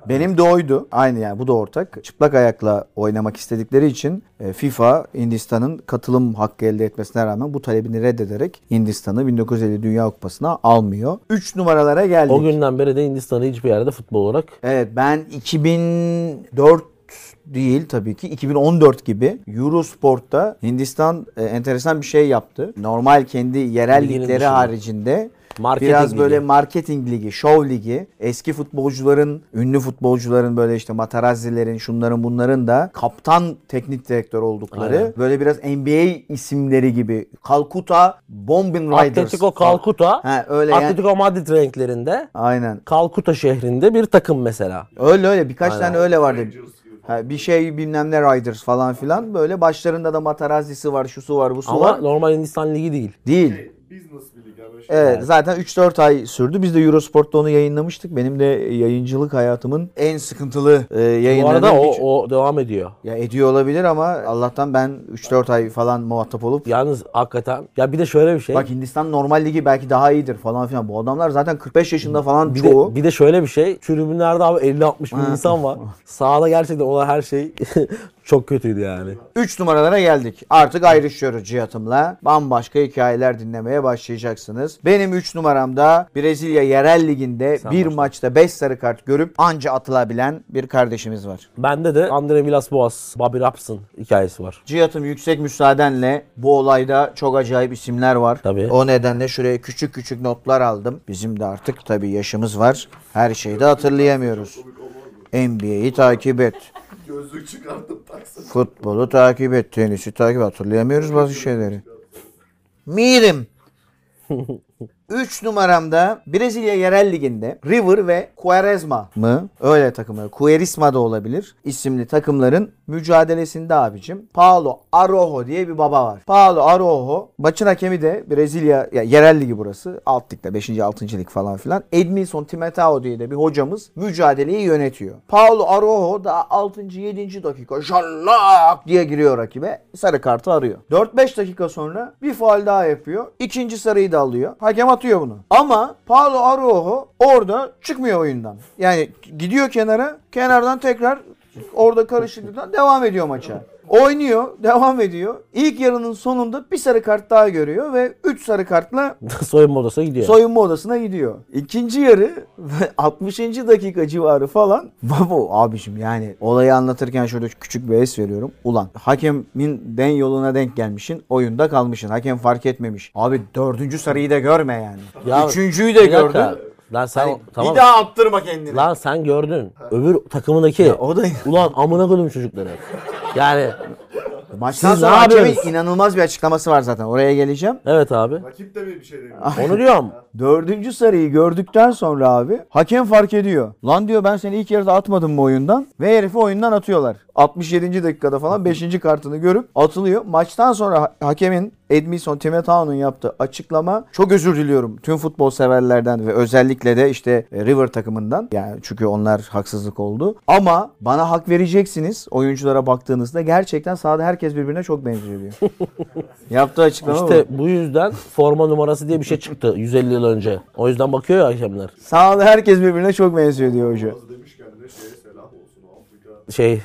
Benim de oydu. Aynı yani bu da ortak. Çıplak ayakla oynamak istedikleri için FIFA Hindistan'ın katılım hakkı elde etmesine rağmen bu talebini reddederek Hindistan'ı 1950 Dünya Kupası'na almıyor. 3 numaralara geldik. O günden beri de Hindistan'ı hiçbir yerde futbol olarak Evet, ben 2004 değil tabii ki 2014 gibi Eurosport'ta Hindistan enteresan bir şey yaptı. Normal kendi yerel Liginin ligleri dışında. haricinde Marketing biraz ligi. böyle marketing ligi, show ligi, eski futbolcuların, ünlü futbolcuların böyle işte Materazzi'lerin, şunların bunların da kaptan teknik direktör oldukları Aynen. böyle biraz NBA isimleri gibi. Calcutta Bombing Riders. Atletico Calcutta, Ha, öyle yani. Atletico Madrid renklerinde Aynen. Calcutta şehrinde bir takım mesela. Öyle birkaç Aynen. tane öyle vardı. Rangers gibi falan. Ha, bir şey bilmem ne Riders falan filan böyle başlarında da Matarazzisi var, şusu var, busu Ama var. normal Hindistan ligi değil. Değil. Business bir lig yani. Evet, Evet. zaten 3-4 ay sürdü. Biz de Eurosport'ta onu yayınlamıştık. Benim de yayıncılık hayatımın en sıkıntılı Bu yayınlarından arada bir- o devam ediyor. Ya ediyor olabilir ama Allah'tan ben 3-4 ay falan muhatap olup Yalnız hakikaten ya bir de şöyle bir şey. bak Hindistan normal ligi belki daha iyidir falan filan. Bu adamlar zaten 45 yaşında falan Bir çoğu. de şöyle bir şey. Tribünlerde abi 50-60 bin insan var. Sahada gerçekten olan her şey çok kötüydü yani. 3 numaralara geldik. Artık ayrışıyoruz Cihat'ımla. Bambaşka hikayeler dinlemeye başlayacaksınız. Benim 3 numaramda Brezilya yerel liginde Sen bir başla. maçta 5 sarı kart görüp anca atılabilen bir kardeşimiz var. Bende de Andre Villas-Boas, Bobby Robson hikayesi var. Cihat'ım yüksek müsaadenle bu olayda çok acayip isimler var. Tabii. O nedenle şuraya küçük küçük notlar aldım. Bizim de artık tabii yaşımız var. Her şeyi de hatırlayamıyoruz. NBA'yi takip et. Gözlük çıkarttım taksana. Futbolu takip et. Tenisi takip et. Hatırlayamıyoruz bazı şeyleri. Mirim. 3 numaramda Brezilya yerel liginde River ve Quaresma mı? Öyle takımlar. Quaresma da olabilir. İsimli takımların mücadelesinde abicim. Paulo Araujo diye bir baba var. Paulo Araujo maçın hakemi de Brezilya ya yerel ligi burası. Alt ligde 5. 6. lig falan filan. Edmilson Timetao diye de bir hocamız mücadeleyi yönetiyor. Paulo Araujo da 6. 7. dakika şallak diye giriyor rakibe. Sarı kartı arıyor. 4-5 dakika sonra bir faul daha yapıyor. İkinci sarıyı da alıyor. Hakem atıyor bunu. Ama Paulo Araujo orada çıkmıyor oyundan. Yani gidiyor kenara. Kenardan tekrar orada karışıklıktan devam ediyor maça. Oynuyor, devam ediyor. İlk yarının sonunda bir sarı kart daha görüyor ve 3 sarı kartla Soyunma odasına gidiyor. soyunma odasına gidiyor. İkinci yarı ve 60. dakika civarı falan. Baba abiciğim yani olayı anlatırken şöyle küçük bir es veriyorum. Ulan hakemin den yoluna denk gelmişsin. Oyunda kalmışsın. Hakem fark etmemiş. Abi 4. sarıyı da görme yani. Ya, 3.'yü de Bir dakika. gördü. Lan sen Hani tamam. Bir daha attırma kendini. Lan sen gördün. Öbür takımındaki O da ulan amına koydum çocukları. Yani maçtan Siz sonra ne hakemin yapıyorsunuz? inanılmaz bir açıklaması var zaten. Oraya geleceğim. evet abi. Rakip de mi bir şey demiyor? Onu diyorum. 4. sarıyı gördükten sonra abi hakem fark ediyor. Lan diyor ben seni ilk yarıda atmadım mı oyundan? Ve herifi oyundan atıyorlar. 67. dakikada falan 5. kartını görüp atılıyor. Maçtan sonra hakemin Edmilson Timetao'nun yaptığı açıklama çok özür diliyorum tüm futbol severlerden ve özellikle de işte River takımından. Yani çünkü onlar haksızlık oldu. Ama bana hak vereceksiniz oyunculara baktığınızda gerçekten sahada herkes birbirine çok benziyor diyor. Yaptığı açıklama İşte bu. bu yüzden forma numarası diye bir şey çıktı 150 yıl önce. O yüzden bakıyor ya hakemler. Sahada herkes birbirine çok benziyor diyor hoca. Bazı demişken de şeye selam olsun Afrika. Şey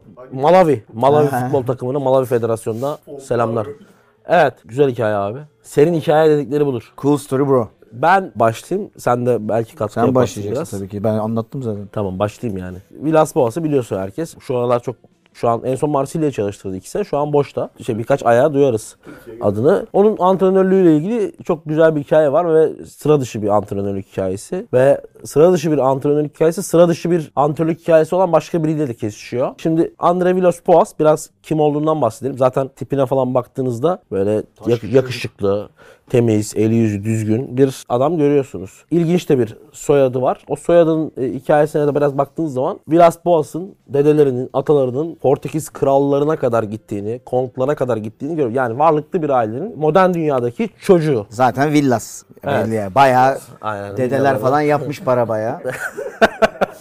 Malawi futbol takımına Malawi Federasyonu'na selamlar. Evet güzel hikaye abi. Senin hikaye dedikleri budur. Cool story bro. Ben başlayayım. Sen de belki katkı Sen yaparsın başlayacaksın biraz. tabii ki. Ben anlattım zaten. Tamam başlayayım yani. Villas-Boas'ı biliyorsun herkes. Şu aralar çok şu an en son Marsilya'yı çalıştırdı 2 sene. Şu an boşta. İşte birkaç ayağa duyarız adını. Onun antrenörlüğüyle ilgili çok güzel bir hikaye var ve sıra dışı bir antrenörlük hikayesi. Ve sıra dışı bir antrenörlük hikayesi sıra dışı bir antrenörlük hikayesi olan başka biriyle de kesişiyor. Şimdi Andre Villas-Boas biraz kim olduğundan bahsedelim. Zaten tipine falan baktığınızda böyle yakışıklı, temiz, eli yüzü düzgün bir adam görüyorsunuz. İlginç de bir soyadı var. O soyadın hikayesine de biraz baktığınız zaman Villas-Boas'ın dedelerinin, atalarının Portekiz krallarına kadar gittiğini, kontlara kadar gittiğini görüyoruz. Yani varlıklı bir ailenin modern dünyadaki çocuğu. Zaten villas. Evet. Belli ya. Bayağı Aynen. dedeler falan yapmış para bayağı.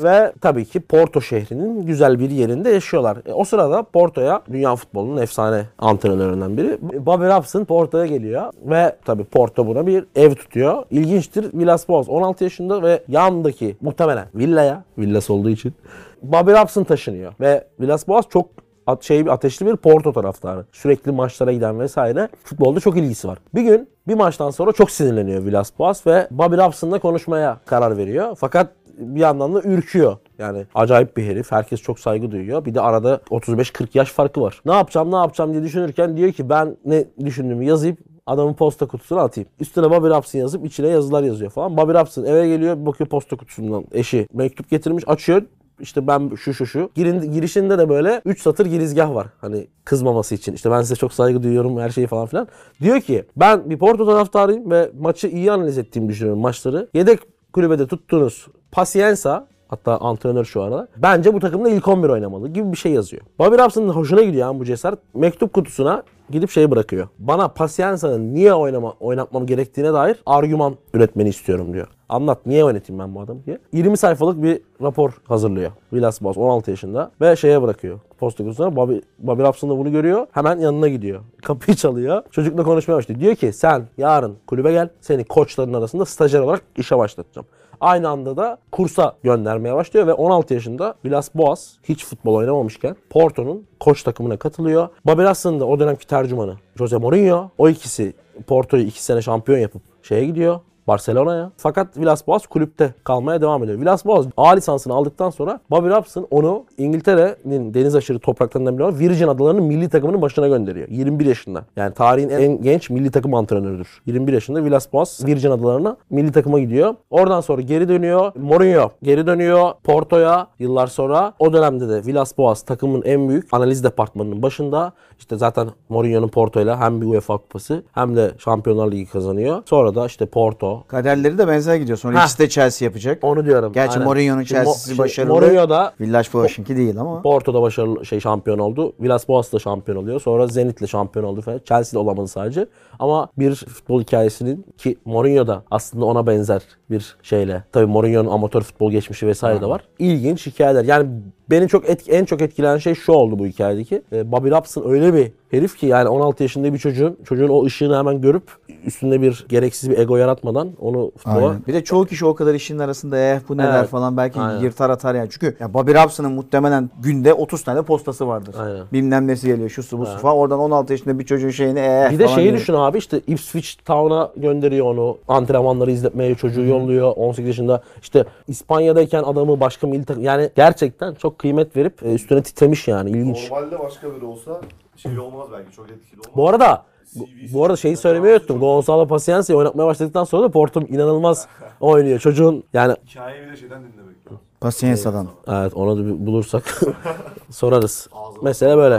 ve tabii ki Porto şehrinin güzel bir yerinde yaşıyorlar. O sırada Porto'ya dünya futbolunun efsane antrenörlerinden biri Bobby Robson Porto'ya geliyor ve tabii Porto buna bir ev tutuyor. İlginçtir, Villas-Boas 16 yaşında ve yanındaki muhtemelen villası olduğu için Bobby Robson taşınıyor ve Villas-Boas çok ateşli bir Porto taraftarı. Sürekli maçlara giden vesaire. Futbolda çok ilgisi var. Bir gün bir maçtan sonra çok sinirleniyor Villas-Boas ve Bobby Robson'la konuşmaya karar veriyor. Fakat bir yandan da ürküyor. Yani acayip bir herif. Herkes çok saygı duyuyor. Bir de arada 35-40 yaş farkı var. Ne yapacağım diye düşünürken diyor ki ben ne düşündüğümü yazayım, adamın posta kutusuna atayım. Üstüne Bobby Robson yazıp içine yazılar yazıyor falan. Bobby Robson eve geliyor, bir bakıyor posta kutusundan eşi mektup getirmiş, açıyor. İşte ben şu. Girişinde de böyle 3 satır girizgah var. Hani kızmaması için. İşte ben size çok saygı duyuyorum, her şeyi falan filan. Diyor ki ben bir Porto taraftarıyım ve maçı iyi analiz ettiğimi düşünüyorum, maçları. Yedek kulübede tuttuğunuz Pacienza, hatta antrenör şu arada, bence bu takımda ilk 11 oynamalı gibi bir şey yazıyor. Bobby Robson'ın hoşuna gidiyor yani bu cesaret. Mektup kutusuna gidip bırakıyor. Bana Pacienza'nın niye oynatmam gerektiğine dair argüman üretmeni istiyorum diyor. Anlat, niye oynatayım ben bu adamı diye. 20 sayfalık bir rapor hazırlıyor Villas-Boas 16 yaşında ve bırakıyor posta kutusuna. Bobby Robson da bunu görüyor. Hemen yanına gidiyor. Kapıyı çalıyor. Çocukla konuşmaya başlıyor. Diyor ki sen yarın kulübe gel. Seni koçların arasında stajyer olarak işe başlatacağım. Aynı anda da kursa göndermeye başlıyor ve 16 yaşında Villas-Boas hiç futbol oynamamışken Porto'nun koç takımına katılıyor. Bobby Robson'ın da o dönemki tercümanı Jose Mourinho. O ikisi Porto'yu 2 sene şampiyon yapıp gidiyor. Barcelona'ya. Fakat Villas-Boas kulüpte kalmaya devam ediyor. Villas-Boas A lisansını aldıktan sonra Bobby Robson onu İngiltere'nin deniz aşırı topraklarından biri olan Virgin Adaları'nın milli takımının başına gönderiyor. 21 yaşında. Yani tarihin en genç milli takım antrenörüdür. 21 yaşında Villas-Boas Virgin Adaları'na milli takıma gidiyor. Oradan sonra geri dönüyor. Mourinho geri dönüyor Porto'ya yıllar sonra. O dönemde de Villas-Boas takımın en büyük analiz departmanının başında. İşte zaten Mourinho'nun Porto'yla hem bir UEFA kupası hem de Şampiyonlar Ligi kazanıyor. Sonra da işte Porto. Kaderleri de benzer gidiyor. Sonra ikisi de Chelsea yapacak. Onu diyorum. Gerçi Aynen. Mourinho'nun Chelsea'si başarılı. Mourinho da Villas-Boas'ınki değil ama. Porto'da başarılı şampiyon oldu. Villas-Boas da şampiyon oluyor. Sonra Zenit'le şampiyon oldu falan. Chelsea'de olamadı sadece. Ama bir futbol hikayesinin ki Mourinho da aslında ona benzer bir şeyle. Tabii Mourinho'nun amatör futbol geçmişi vesaire de var. İlginç hikayeler. Yani beni en çok etkileyen şey şu oldu bu hikayedeki. Bobby Robson öyle bir herif ki yani 16 yaşında bir çocuğun o ışığını hemen görüp üstünde bir gereksiz bir ego yaratmadan onu futbola... Aynen. Bir de çoğu kişi o kadar işin arasında bu neler Evet. falan belki Aynen. yırtar atar yani. Çünkü ya Bobby Robson'ın muhtemelen günde 30 tane postası vardır. Aynen. Bilmem nesi geliyor, şusu busu falan. Oradan 16 yaşında bir çocuğun şeyini Bir de falan diyor. düşün abi, işte Ipswich Town'a gönderiyor onu. Antrenmanları izletmeye çocuğu yolluyor. 18 yaşında işte İspanya'dayken adamı başka milli takım, yani gerçekten çok kıymet verip üstüne titremiş yani, ilginç. Normalde başka biri olsa olmaz belki, çok etkili olmaz. Bu arada şeyi söylemeyi unuttum. Gonzalo Pacienza'yı oynatmaya başladıktan sonra da Porto inanılmaz oynuyor. Çocuğun yani... Hikayeyi bir de şeyden dinlemek lazım. Pacienza'dan. Evet, onu da bir bulursak sorarız. Mesele böyle.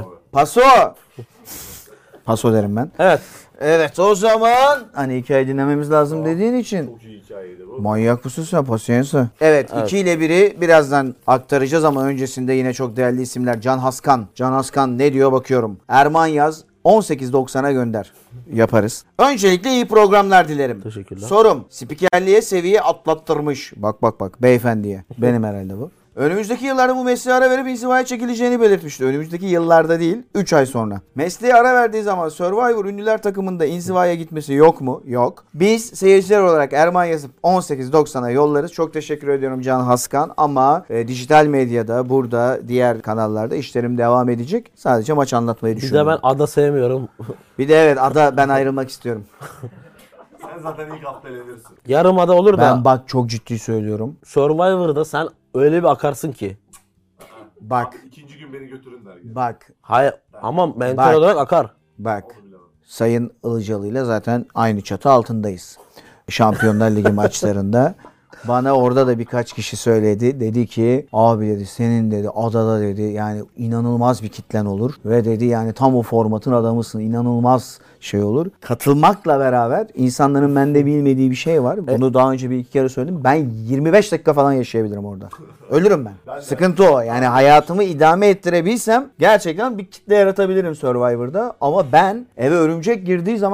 Paso derim ben. Evet. Evet, o zaman hani hikaye dinlememiz lazım dediğin için. Çok iyi hikayeydi bu. Manyak mısın sen Pacienza? Evet, 2 ile 1'i birazdan aktaracağız ama öncesinde yine çok değerli isimler. Can Haskan. Can Haskan ne diyor bakıyorum. Erman Yaz 18.90'a gönder. Yaparız. Öncelikle iyi programlar dilerim. Teşekkürler. Sorum. Spikerliğe seviye atlattırmış. Bak beyefendiye. Benim herhalde bu. Önümüzdeki yıllarda bu mesleğe ara verip inzivaya çekileceğini belirtmişti. Önümüzdeki yıllarda değil, 3 ay sonra. Mesleğe ara verdiği zaman Survivor ünlüler takımında inzivaya gitmesi yok mu? Yok. Biz seyirciler olarak Erman yazıp 18.90'a yollarız. Çok teşekkür ediyorum Can Haskan ama dijital medyada, burada, diğer kanallarda işlerim devam edecek. Sadece maç anlatmayı Bir düşünüyorum. de ben ada sevmiyorum. Bir de evet, ada ben ayrılmak istiyorum. Sen zaten ilk hafta elenirsin. Yarım ada olur da Ben bak çok ciddi söylüyorum. Survivor'da sen öyle bir akarsın ki. Bak, İkinci gün beni götürün der gibi. bak, Hayır ama mental Bak. olarak akar. bak. Sayın Ilıcalı ile zaten aynı çatı altındayız. Şampiyonlar Ligi maçlarında. Bana orada da birkaç kişi söyledi. Dedi ki abi dedi senin dedi adada dedi yani inanılmaz bir kitlen olur. Ve dedi yani tam o formatın adamısın, inanılmaz şey olur. Katılmakla beraber insanların bende bilmediği bir şey var. Bunu daha önce bir iki kere söyledim. Ben 25 dakika falan yaşayabilirim orada. Ölürüm ben. Sıkıntı o. Yani hayatımı idame ettirebilsem gerçekten bir kitle yaratabilirim Survivor'da. Ama ben eve örümcek girdiği zaman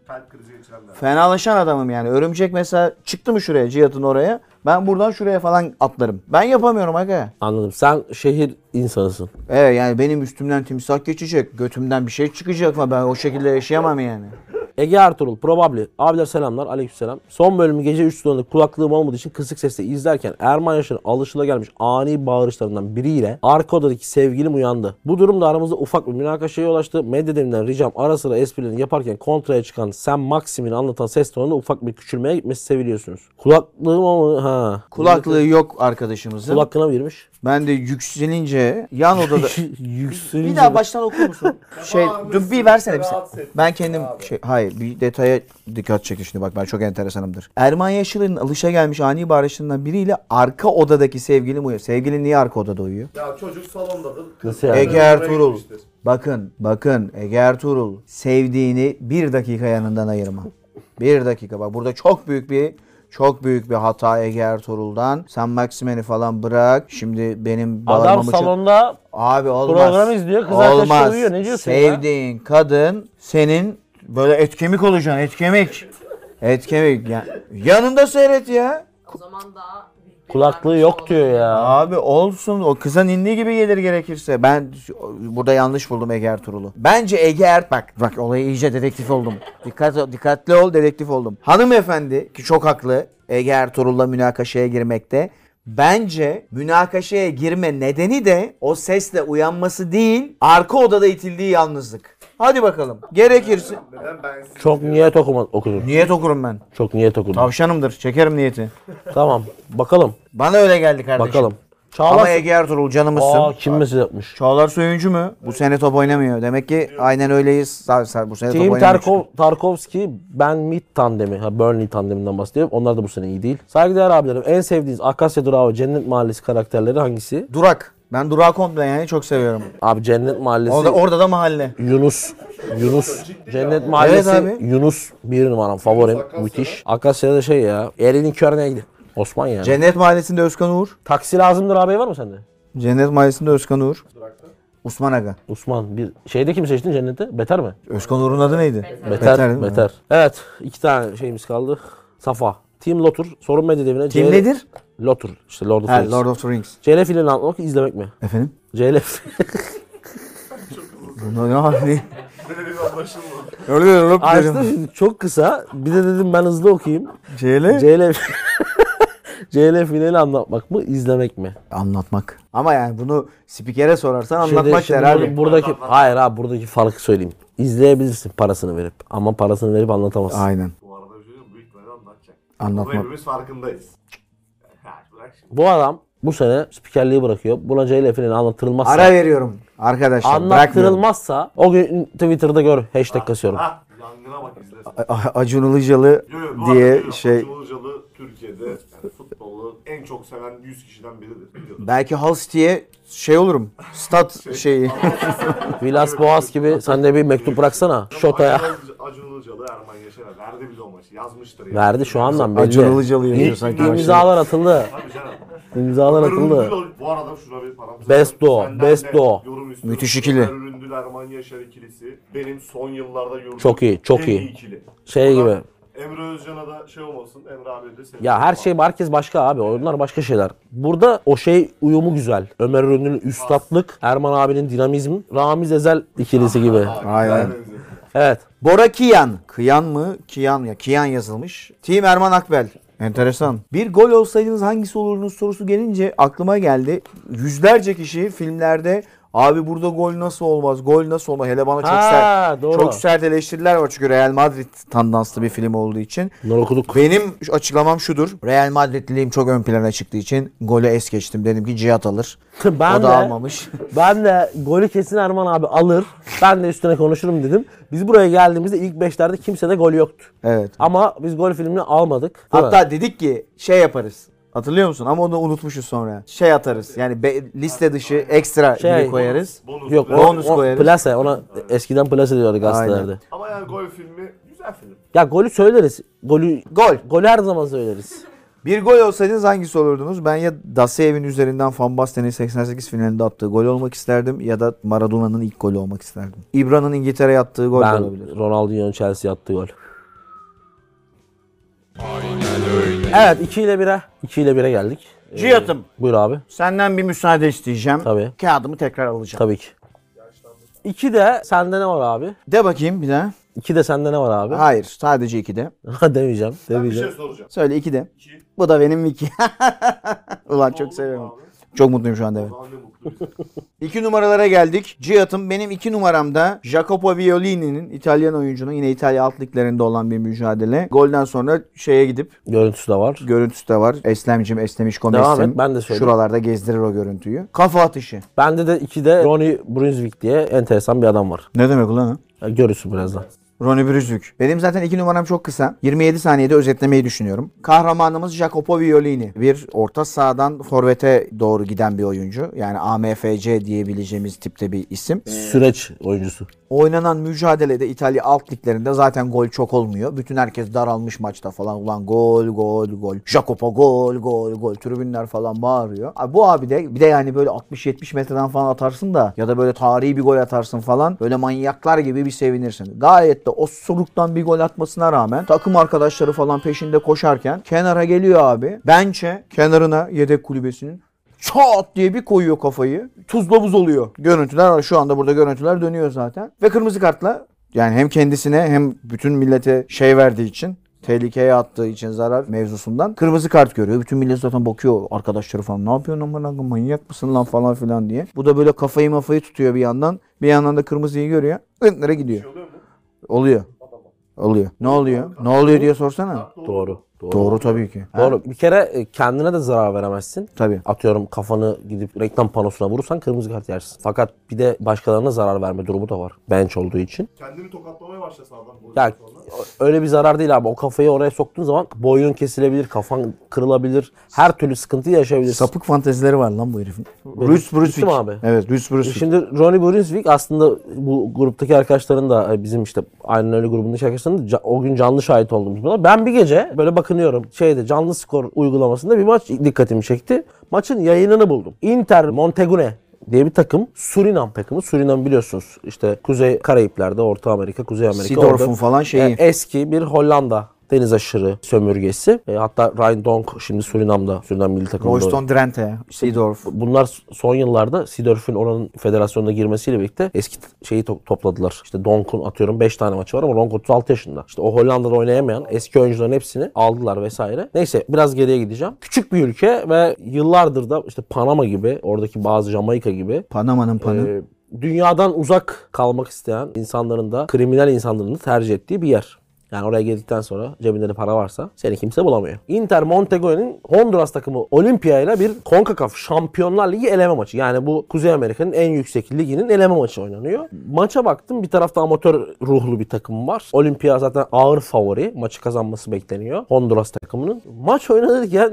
kalp krizi geçirenler. Fenalaşan adamım yani. Örümcek mesela çıktı mı şuraya, Cihat'ın oraya? Ben buradan şuraya falan atlarım. Ben yapamıyorum aga. Anladım. Sen şehir insanısın. Evet yani benim üstümden timsah geçecek. Götümden bir şey çıkacak ama ben o şekilde yaşayamam yani. Ege Ertuğrul, Probably. Abiler selamlar, aleykümselam. Son bölümü gece 3 sularında kulaklığım olmadığı için kısık sesle izlerken Erman Yaşar'ın alışılagelmiş ani bağırışlarından biriyle arka odadaki sevgilim uyandı. Bu durumda aramızda ufak bir münakaşaya yol açtı. Medya devinden ricam ara sıra esprilerini yaparken kontraya çıkan Sam Maxim'ini anlatan ses tonunda ufak bir küçülmeye gitmesi seviliyorsunuz. Kulaklığım olmadı. Ha. Kulaklığı yok arkadaşımızın. Kulak hakkına girmiş. Ben de yükselince yan odada... Yükselince. Bir daha baştan okur musun? Dur bir versene bir sen. Rahatsız ettim Ben kendim abi. hayır bir detaya dikkat çekin şimdi bak ben çok enteresanımdır. Erman Yaşar'ın alışagelmiş ani bağırışlarından biriyle arka odadaki sevgilim uyuyor. Sevgilin niye arka odada uyuyor? Ya çocuk salondadır. Nasıl yani? Ege Ertuğrul. Bakın Ege Ertuğrul sevdiğini bir dakika yanından ayırma. Bir dakika bak burada çok büyük bir hata Ege Ertuğrul'dan. Sen Maximen'i falan bırak. Şimdi benim Adam bağırmamı... salonda Abi olmaz. program izliyor, kız arkadaşı uyuyor. Ne diyorsun ya? Sevdiğin kadın senin böyle et kemik olacaksın. Et kemik. Yanında seyret ya. O zaman daha büyük bir kulaklığı yok diyor ya. Abi olsun. O kıza ninni gibi gelir gerekirse. Ben burada yanlış buldum Ege Ertuğrul'u. Bence bak olayı iyice dedektif oldum. Dikkatli ol, dedektif oldum. Hanımefendi ki çok haklı Ege Ertuğrul'la münakaşaya girmekte. Bence münakaşaya girme nedeni de o sesle uyanması değil, arka odada itildiği yalnızlık. Hadi bakalım. Gerekirse. Neden ben siz Çok niyet okudun. Niyet okurum ben. Çok niyet okudun. Tavşanımdır. Çekerim niyeti. Tamam. Bakalım. Bana öyle geldi kardeşim. Bakalım. Ama Çağlar. Ege Ertuğrul canımızsın. Aa, kim mesaj yapmış? Çağlar Söyüncü mü? Bu sene top oynamıyor. Demek ki aynen öyleyiz. Bu sene top Team oynamıyor. Tarkovski, Ben Mead tandemi. Burnley tandeminden bahsediyorum. Onlar da bu sene iyi değil. Saygıdeğer abilerim, en sevdiğiniz Akasya Durağı ve Cennet Mahallesi karakterleri hangisi? Durak. Ben Durak komple yani çok seviyorum. Abi Cennet Mahallesi. Orada da mahalle. Yunus. Cennet Mahallesi. Evet abi. Yunus bir numaram. Favorim. Müthiş. Akasya'da şey ya. Elinin körüne gidiyor. Osman yani. Cennet Mahallesi'nde Özkan Uğur. Taksi lazımdır abi var mı sende? Cennet Mahallesi'nde Özkan Uğur. Osman Aga. Osman bir şeyde kim seçtin cennette? Beter mi? Özkan Uğur'un adı neydi? Beter. değil mi? Beter. Evet. 2 tane şeyimiz kaldı. Safa. Team Lotur. Sorun medya devine. Kim nedir? Lotur. İşte Lord of the Ha, Rings. Lord of the Rings. CLF ile anlatmak izlemek mi? Efendim? CLF. Bunda ne abi? Benim anlaşılmadı. Açtım şimdi çok kısa. Bir de dedim ben hızlı okuyayım. CL? CLF. CLF finali anlatmak mı izlemek mi? Anlatmak. Ama yani bunu spikere sorarsan Şimdi- anlatmak şimdi der abi. Buradaki, hayır abi buradaki farkı söyleyeyim. İzleyebilirsin parasını verip. Ama parasını verip anlatamazsın. Aynen. Bu arada bir şey diyeyim, büyük ihtimalle anlatacak. Anlatmak. Ama hepimiz farkındayız. Ha, bırak şimdi. Bu adam bu sene spikerliği bırakıyor. Buna CLF finali anlatılmazsa. Ara veriyorum arkadaşlar. Bırakmıyorum. Anlattırılmazsa o gün Twitter'da gör. Hashtag kasıyorum. Ha, yangına bak izlesin. Acun Ilıcalı Yo, yo, bu diye arada şey. Acun Ilıcalı Türkiye'de yani futbolu en çok seven 100 kişiden biridir. Biliyordur. Belki Hull City'ye şey olurum. Stat şeyi. Vilas Boğaz gibi sen de bir mektup bıraksana. Şota'ya. Acun Ilıcalı Erman Yaşar'a verdi bile o maçı. Yazmıştır yani. Verdi şu andan belli. Acun Ilıcalı yazıyor İlk sanki maçta. imzalar atıldı. Tabii canım. İmzalar atıldı. Bu arada şuna bir parantez. Best duo, Senden best de duo. yorum istiyorum. Müthiş ikili. Ömer Üründül Erman Yaşar ikilisi benim son yıllarda gördüğüm Çok iyi, çok en iyi. ikili. Şey gibi. Emre Özcan'a da şey olmasın. Emre abi de senin. Ya her şey herkes başka abi. Onlar başka şeyler. Burada o şey uyumu güzel. Ömer Ürün'ün üstatlık, Erman abinin dinamizm, Ramiz Ezel ikilisi gibi. Aynen. Evet. Bora Kiyan. Kıyan mı? Kiyan ya. Kiyan yazılmış. Team Erman Akbel. Enteresan. Bir gol olsaydınız hangisi olurdunuz sorusu gelince aklıma geldi. Yüzlerce kişi filmlerde abi burada gol nasıl olmaz? Gol nasıl olmaz? Hele bana Doğru. çok sert eleştiriler var çünkü Real Madrid tandanslı bir film olduğu için. Bunları okuduk. Benim açıklamam şudur. Real Madridliliğim çok ön plana çıktığı için golü es geçtim. Dedim ki Cihat alır. Ben O da almamış. Ben de golü kesin Erman abi alır. Ben de üstüne konuşurum dedim. Biz buraya geldiğimizde ilk 5'lerde kimsede gol yoktu. Evet. Ama biz gol filmini almadık. Değil mi? Hatta dedik ki şey yaparız. Hatırlıyor musun? Ama onu unutmuşuz sonra. Şey atarız. Yani liste dışı ekstra Şey- gibi koyarız. Bonus. Yok Bonus o koyarız. plase ona eskiden plase diyorduk gazetelerde. Aynen. Ama yani gol filmi güzel film. Ya golü söyleriz. Gol. Golü her zaman söyleriz. Bir gol olsaydınız hangisi olurdunuz? Ben ya Daseyev'in üzerinden Van Basten'in 88 finalinde attığı gol olmak isterdim ya da Maradona'nın ilk golü olmak isterdim. İbra'nın İngiltere'ye attığı gol de Ben olabilir. Ronaldinho'nun Chelsea'ye attığı gol. Evet 2 ile 1'e. 2 ile 1'e geldik. Cihat'ım, Buyur abi. senden bir müsaade isteyeceğim. Tabii. Kağıdımı tekrar alacağım. Tabii ki. 2 de sende ne var abi? De bakayım bir daha. 2 de sende ne var abi? Hayır, sadece 2'de. Demeyeceğim. Ben bir Demeyeceğim. şey soracağım. Söyle 2'de. 2. Bu da benim 2. Ulan çok Oldu seviyorum. mu abi? Çok mutluyum şu anda evet. Anne mutlu bize. 2 numaralara geldik. Cihat'ım benim 2 numaramda Jacopo Violini'nin İtalyan oyuncunun yine İtalya alt liglerinde olan bir mücadele. Golden sonra şeye gidip Görüntüsü de var. görüntüsü de var. Eslemcim, Eslemişko Devam Messim. et, ben de söyleyeyim. Şuralarda gezdirir o görüntüyü. Kafa atışı. Bende de 2'de Ronnie Brunswick diye enteresan bir adam var. Ne demek ulan o? Görürsün birazdan. Ronnie Brunswick. Benim zaten 2 numaram çok kısa. 27 saniyede özetlemeyi düşünüyorum. Kahramanımız Jacopo Violini. Bir orta sahadan forvete doğru giden bir oyuncu. Yani AMFC diyebileceğimiz tipte bir isim. Süreç oyuncusu. Oynanan mücadelede İtalya alt liglerinde zaten gol çok olmuyor. Bütün herkes daralmış maçta falan. Ulan gol gol gol. Jacopo gol gol gol. Tribünler falan bağırıyor. Abi bu abi de bir de yani böyle 60-70 metreden falan atarsın da ya da böyle tarihi bir gol atarsın falan. Böyle manyaklar gibi bir sevinirsin. Gayet de osuruktan bir gol atmasına rağmen takım arkadaşları falan peşinde koşarken kenara geliyor abi. Bençe kenarına yedek kulübesinin çat diye bir koyuyor kafayı. Tuzla buz oluyor. Görüntüler var. Şu anda burada görüntüler dönüyor zaten. Ve kırmızı kartla yani hem kendisine hem bütün millete şey verdiği için, tehlikeye attığı için zarar mevzusundan kırmızı kart görüyor. Bütün millet zaten bakıyor arkadaşları falan. Ne yapıyorsun amına manyak mısın lan falan filan diye. Bu da böyle kafayı tutuyor bir yandan. Bir yandan da kırmızıyı görüyor. Önlere gidiyor. Oluyor mu? Oluyor. Oluyor. Ne oluyor? Ne oluyor diye sorsana. Doğru. Doğru tabii ki. Doğru. Bir kere kendine de zarar veremezsin. Tabii. Atıyorum kafanı gidip reklam panosuna vurursan kırmızı kart yersin. Fakat bir de başkalarına zarar verme durumu da var. Bench olduğu için. Kendini tokatlamaya başlasa adam. Ya öyle bir zarar değil abi. O kafayı oraya soktuğun zaman boynun kesilebilir, kafan kırılabilir. Her türlü sıkıntı yaşayabilirsin. Sapık fantezileri var lan bu herifin. Benim- Rus Brunswick. Bitti mi abi? Evet, Rus Brunswick. Şimdi Ronnie Brunswick aslında bu gruptaki arkadaşların da bizim işte aynen öyle grubundaki arkadaşların da o gün canlı şahit olduğumuz buna. Ben bir gece böyle bakınıyorum canlı skor uygulamasında bir maç dikkatimi çekti. Maçın yayınını buldum. Inter Montegune diye bir takım. Surinam takımı. Surinam biliyorsunuz işte Kuzey Karayipler'de, Orta Amerika, Kuzey Amerika. Seedorf'un orada, falan şeyi. eski bir Hollanda deniz aşırı sömürgesi. Hatta Ryan Donk şimdi Surinam milli takımında. Royston Drenthe, Seedorf. Bunlar son yıllarda Seedorf'un oranın federasyonuna girmesiyle birlikte eski şeyi topladılar. İşte Donk'un atıyorum 5 tane maçı var ama Donk 36 yaşında. İşte o Hollanda'da oynayamayan eski oyuncuların hepsini aldılar vesaire. Neyse biraz geriye gideceğim. Küçük bir ülke ve yıllardır da işte Panama gibi, oradaki bazı Jamaika gibi Panama'nın panı. dünyadan uzak kalmak isteyen insanların da kriminal insanların da tercih ettiği bir yer. Yani oraya geldikten sonra cebinde de para varsa seni kimse bulamıyor. Inter Montegone'nin Honduras takımı Olimpia ile bir CONCACAF Şampiyonlar Ligi eleme maçı. Yani bu Kuzey Amerika'nın en yüksek liginin eleme maçı oynanıyor. Maça baktım, bir tarafta amatör ruhlu bir takım var. Olimpia zaten ağır favori. Maçı kazanması bekleniyor Honduras takımının. Maç oynanırken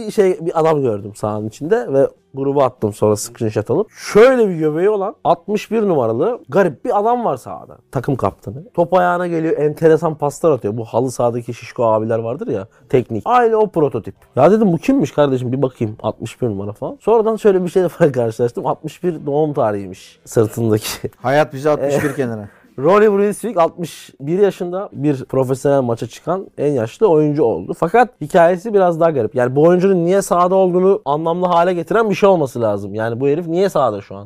bir adam gördüm sahanın içinde ve gruba attım sonra screenshot alıp. Şöyle bir göbeği olan 61 numaralı garip bir adam var sahada. Takım kaptanı. Top ayağına geliyor, enteresan paslar atıyor. Bu halı sahadaki şişko abiler vardır ya, teknik. Aynı o prototip. Ya dedim bu kimmiş kardeşim, bir bakayım 61 numara falan. Sonradan şöyle bir şeyle karşılaştım. 61 doğum tarihiymiş sırtındaki. Hayat bizi 61 kenara. Ronnie Brunswick 61 yaşında bir profesyonel maça çıkan en yaşlı oyuncu oldu. Fakat hikayesi biraz daha garip. Yani bu oyuncunun niye sahada olduğunu anlamlı hale getiren bir şey olması lazım. Yani bu herif niye sahada şu an?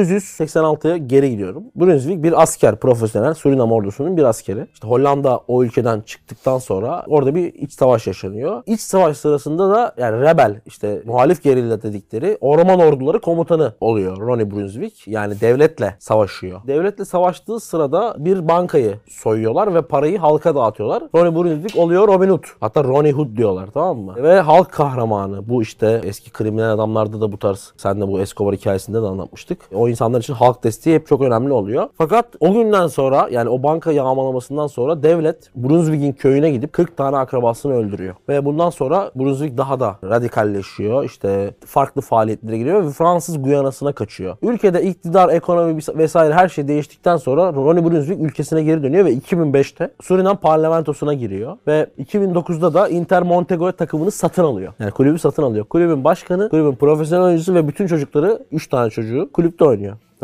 1986'ya geri gidiyorum. Brunswick bir asker, profesyonel Surinam ordusunun bir askeri. İşte Hollanda o ülkeden çıktıktan sonra orada bir iç savaş yaşanıyor. İç savaş sırasında da yani rebel, işte muhalif gerilla dedikleri orman orduları komutanı oluyor Ronnie Brunswick. Yani devletle savaşıyor. Devletle savaştığı sırada bir bankayı soyuyorlar ve parayı halka dağıtıyorlar. Ronnie Brunswick oluyor Robin Hood. Hatta Ronnie Hood diyorlar, tamam mı? Ve halk kahramanı. Bu işte eski kriminal adamlarda da bu tarz. Sen de bu Escobar hikayesinde de anlatmıştık. O insanlar için halk desteği hep çok önemli oluyor. Fakat o günden sonra, yani o banka yağmalamasından sonra devlet Brunswick'in köyüne gidip 40 tane akrabasını öldürüyor. Ve bundan sonra Brunswick daha da radikalleşiyor. İşte farklı faaliyetlere giriyor ve Fransız Guyana'sına kaçıyor. Ülkede iktidar, ekonomi vesaire her şey değiştikten sonra Ronnie Brunswick ülkesine geri dönüyor ve 2005'te Surinam parlamentosuna giriyor. Ve 2009'da da Inter Montegone takımını satın alıyor. Yani kulübü satın alıyor. Kulübün başkanı, kulübün profesyonel oyuncusu ve bütün çocukları, 3 tane çocuğu kulüpte oynuyor.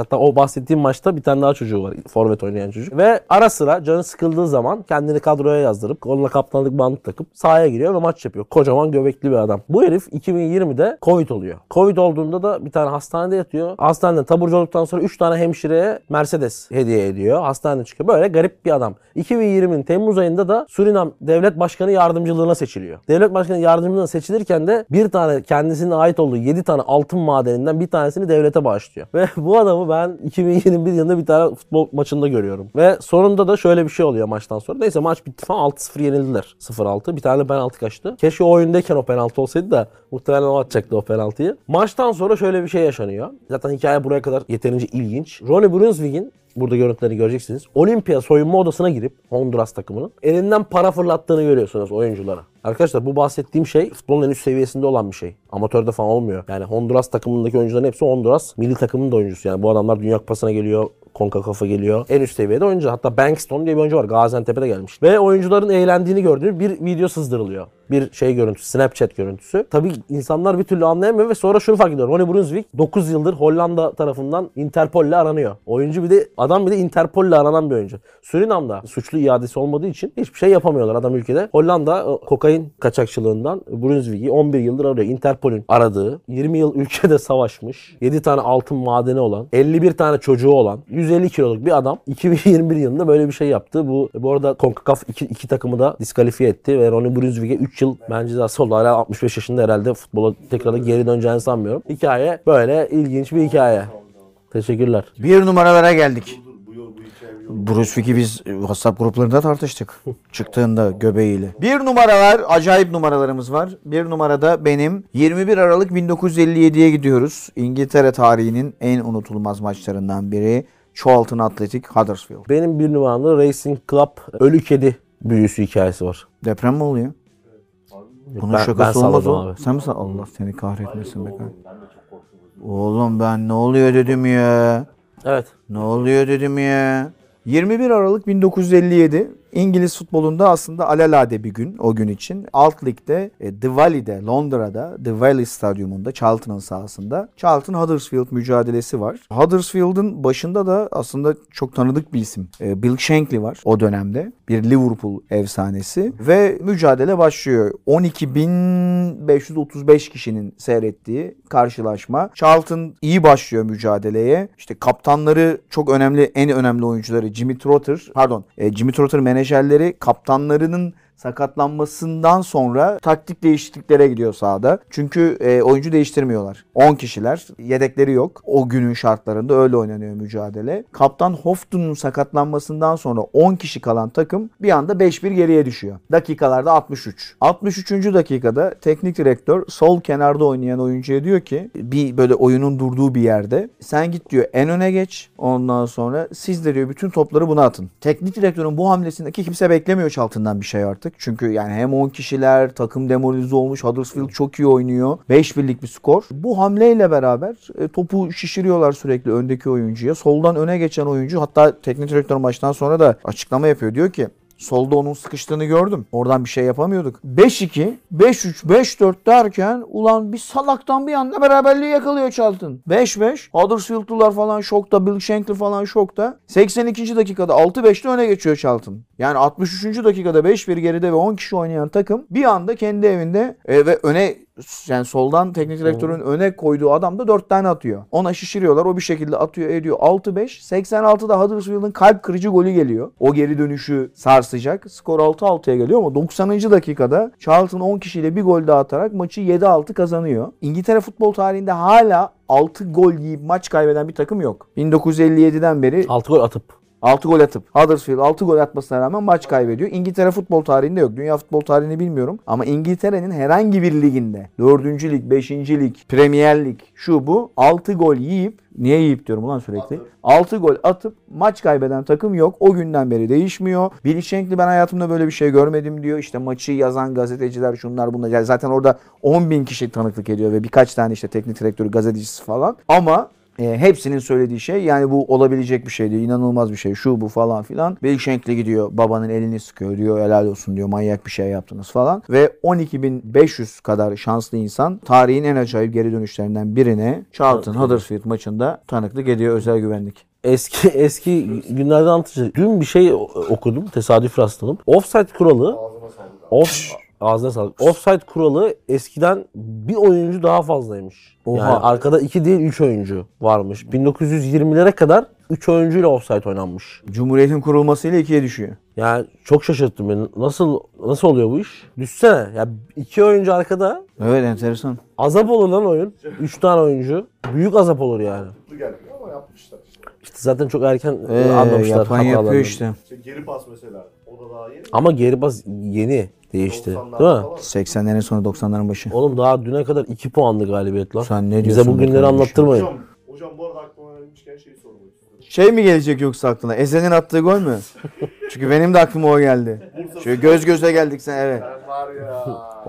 Hatta o bahsettiğim maçta bir tane daha çocuğu var. Forvet oynayan çocuk. Ve ara sıra canı sıkıldığı zaman kendini kadroya yazdırıp koluna kaptanlık bandı takıp sahaya giriyor ve maç yapıyor. Kocaman göbekli bir adam. Bu herif 2020'de Covid oluyor. Covid olduğunda da bir tane hastanede yatıyor. Hastaneden taburcu olduktan sonra 3 tane hemşireye Mercedes hediye ediyor. Hastaneden çıkıyor. Böyle garip bir adam. 2020'nin Temmuz ayında da Surinam Devlet Başkanı yardımcılığına seçiliyor. Devlet Başkanı yardımcılığına seçilirken de bir tane kendisine ait olduğu 7 tane altın madeninden bir tanesini devlete bağışlıyor. Ve bu adamı ben 2021 yılında bir tane futbol maçında görüyorum. Ve sonunda da şöyle bir şey oluyor maçtan sonra. Neyse maç bitti falan, 6-0 yenildiler. 0-6. Bir tane penaltı kaçtı. Keşke o oyundayken o penaltı olsaydı da muhtemelen o atacaktı o penaltıyı. Maçtan sonra şöyle bir şey yaşanıyor. Zaten hikaye buraya kadar yeterince ilginç. Ronnie Brunswick'in, burada görüntülerini göreceksiniz, Olimpiya soyunma odasına girip Honduras takımının elinden para fırlattığını görüyorsunuz oyunculara. Arkadaşlar bu bahsettiğim şey futbolun en üst seviyesinde olan bir şey. Amatörde falan olmuyor. Yani Honduras takımındaki oyuncuların hepsi Honduras milli takımının da oyuncusu. Yani bu adamlar Dünya Kupası'na geliyor, CONCACAF'a geliyor. En üst seviyede oyuncu. Hatta Bankston diye bir oyuncu var. Gaziantep'e de gelmiş. Ve oyuncuların eğlendiğini gördüğünüz bir video sızdırılıyor. Bir şey görüntüsü, Snapchat görüntüsü. Tabii insanlar bir türlü anlayamıyor ve sonra şunu fark ediyor. Ronnie Brunswick 9 yıldır Hollanda tarafından Interpol'le aranıyor. Oyuncu bir de Interpol'le aranan bir oyuncu. Surinam'da suçlu iadesi olmadığı için hiçbir şey yapamıyorlar adam ülkede. Hollanda kokain kaçakçılığından Brunswick'i 11 yıldır arıyor. Interpol'ün aradığı, 20 yıl ülkede savaşmış, 7 tane altın madeni olan, 51 tane çocuğu olan, 150 kiloluk bir adam 2021 yılında böyle bir şey yaptı. Bu arada CONCACAF iki takımı da diskalifiye etti ve Ronnie Brunswick'e 3 yıl bence cezası oldu. Hala 65 yaşında, herhalde futbola tekrar geri döneceğini sanmıyorum. Hikaye böyle ilginç bir hikaye. Teşekkürler. Bir numaralara geldik. Bu hikaye Bruce Wick'i biz WhatsApp gruplarında tartıştık. Çıktığında göbeğiyle. Bir numaralar, acayip numaralarımız var. Bir numarada benim 21 Aralık 1957'ye gidiyoruz. İngiltere tarihinin en unutulmaz maçlarından biri. Charlton Athletic Huddersfield. Benim bir numaralı Racing Club Ölü Kedi büyüsü hikayesi var. Deprem mi oluyor? Bunun Ben şakası olmaz salladım o. abi. Sen mi Allah seni kahretmesin be kardeşim. Oğlum ben ne oluyor dedim ya. Evet. Ne oluyor dedim ya. 21 Aralık 1957 İngiliz futbolunda aslında alelade bir gün o gün için. Alt Lig'de The Valley'de, Londra'da The Valley Stadyumunda, Charlton'ın sahasında Charlton Huddersfield mücadelesi var. Huddersfield'ın başında da aslında çok tanıdık bir isim. Bill Shankly var o dönemde. Bir Liverpool efsanesi ve mücadele başlıyor. 12.535 kişinin seyrettiği karşılaşma. Charlton iyi başlıyor mücadeleye. İşte kaptanları çok önemli, en önemli oyuncuları Jimmy Trotter menajerleri kaptanlarının sakatlanmasından sonra taktik değişikliklere gidiyor sahada. Çünkü oyuncu değiştirmiyorlar. 10 kişiler, yedekleri yok. O günün şartlarında öyle oynanıyor mücadele. Kaptan Houghton'un sakatlanmasından sonra 10 kişi kalan takım bir anda 5-1 geriye düşüyor. Dakikalarda 63. 63. dakikada teknik direktör sol kenarda oynayan oyuncuya diyor ki, bir böyle oyunun durduğu bir yerde, sen git diyor en öne geç. Ondan sonra siz de diyor bütün topları buna atın. Teknik direktörün bu hamlesindeki kimse beklemiyor Charlton'dan bir şey artık. Çünkü yani hem 10 kişiler, takım demoralize olmuş, Huddersfield çok iyi oynuyor. 5-1'lik bir skor. Bu hamleyle beraber topu şişiriyorlar sürekli öndeki oyuncuya. Soldan öne geçen oyuncu, hatta teknik direktör maçtan sonra da açıklama yapıyor. Diyor ki solda onun sıkıştığını gördüm. Oradan bir şey yapamıyorduk. 5-2, 5-3, 5-4 derken ulan bir salaktan bir anda beraberliği yakalıyor Charlton. 5-5. Huddersfield'lular falan şokta. Bill Shankly falan şokta. 82. dakikada 6-5'te öne geçiyor Charlton. Yani 63. dakikada 5-1 geride ve 10 kişi oynayan takım bir anda kendi evinde ve öne, yani soldan teknik direktörün öne koyduğu adam da 4 tane atıyor. Ona şişiriyorlar. O bir şekilde atıyor ediyor. 6-5. 86'da Huddersfield'ın kalp kırıcı golü geliyor. O geri dönüşü sarsacak. Skor 6-6'ya geliyor ama 90. dakikada Charlton 10 kişiyle bir gol daha atarak maçı 7-6 kazanıyor. İngiltere futbol tarihinde hala 6 gol yiyip maç kaybeden bir takım yok. 1957'den beri 6 gol atıp 6 gol atıp Huddersfield 6 gol atmasına rağmen maç kaybediyor. İngiltere futbol tarihinde yok. Dünya futbol tarihini bilmiyorum. Ama İngiltere'nin herhangi bir liginde 4. lig, 5. lig, Premier Lig şu bu 6 gol yiyip, niye yiyip diyorum ulan sürekli. 6 gol atıp maç kaybeden takım yok. O günden beri değişmiyor. Bill Shankly ben hayatımda böyle bir şey görmedim diyor. İşte maçı yazan gazeteciler şunlar bunlar. Yani zaten orada 10.000 kişi tanıklık ediyor ve birkaç tane işte teknik direktörü, gazetecisi falan. Ama Hepsinin söylediği şey yani bu olabilecek bir şey değil. İnanılmaz bir şey. Şu bu falan filan. Wilshank'le gidiyor. Babanın elini sıkıyor diyor. Helal olsun diyor. Manyak bir şey yaptınız falan. Ve 12.500 kadar şanslı insan tarihin en acayip geri dönüşlerinden birine Charlton Huddersfield maçında tanıklık ediyor özel güvenlik. Eski günlerden anlatıcı. Dün bir şey okudum. Tesadüf rastladım. Offside kuralı. Ağzına sağlık. Offside kuralı eskiden bir oyuncu daha fazlaymış. Oha. Yani arkada 2 değil 3 oyuncu varmış. 1920'lere kadar 3 oyuncuyla offside oynanmış. Cumhuriyetin kurulmasıyla ikiye düşüyor. Yani çok şaşırttım beni. Nasıl oluyor bu iş? Düşsene. Ya 2 oyuncu arkada Evet, enteresan. azap olur lan oyun. 3 tane oyuncu. Büyük azap olur yani. Mutlu gelmiyor ama yapmışlar işte. İşte zaten çok erken anlamışlar Yapan yapıyor hatalarını. işte. İşte geri pas mesela. O da daha yeni. Ama geri pas yeni değişti. 90'larda Değil mi? falan. 80'lerin sonu 90'ların başı. Oğlum daha düne kadar 2 puanlı galibiyet lan. Sen ne Bize diyorsun bu be günleri kardeşim? anlattırmayın. Hocam bu arada aklıma gelmişken şeyi sormak istiyorum. Şey mi gelecek yoksa aklına? Eze'nin attığı gol mü? Çünkü benim de aklıma o geldi. Şöyle göz göze geldik sen, evet. Ben var ya.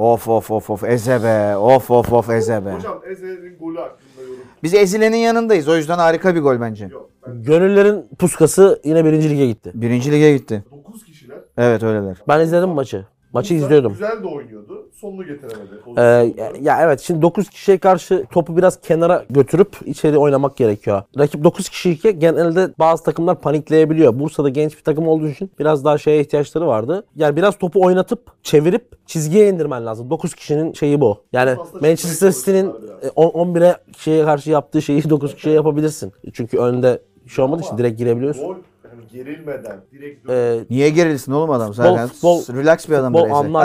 Of Eze be. Of Eze be. Hocam Eze'nin golü hakkında yorum Biz ezilenin yanındayız. O yüzden harika bir gol bence. yok. Ben Gönüllerin puskası yine 1. lige gitti. 1. lige gitti. 9 kişiler. Evet, öyleler. Ben izledim maçı. Maçı Güzel- izliyordum. Güzel de oynuyordu. Sonunu getiremedi. Ya evet, şimdi 9 kişiye karşı topu biraz kenara götürüp içeri oynamak gerekiyor. Rakip 9 kişiyken genelde bazı takımlar panikleyebiliyor. Bursa'da genç bir takım olduğu için biraz daha şeye ihtiyaçları vardı. Yani biraz topu oynatıp çevirip çizgiye indirmen lazım. 9 kişinin şeyi bu. Yani Aslında Manchester City'nin çalışıyorlar 11'e kişiye karşı yaptığı şeyi 9 kişiye yapabilirsin. Çünkü önde bir şey olmadığı için Ama direkt girebiliyorsun. Gol yani gerilmeden direkt dönüp Niye gerilsin oğlum adam zaten? Relax bir adamdır Futbol Eze.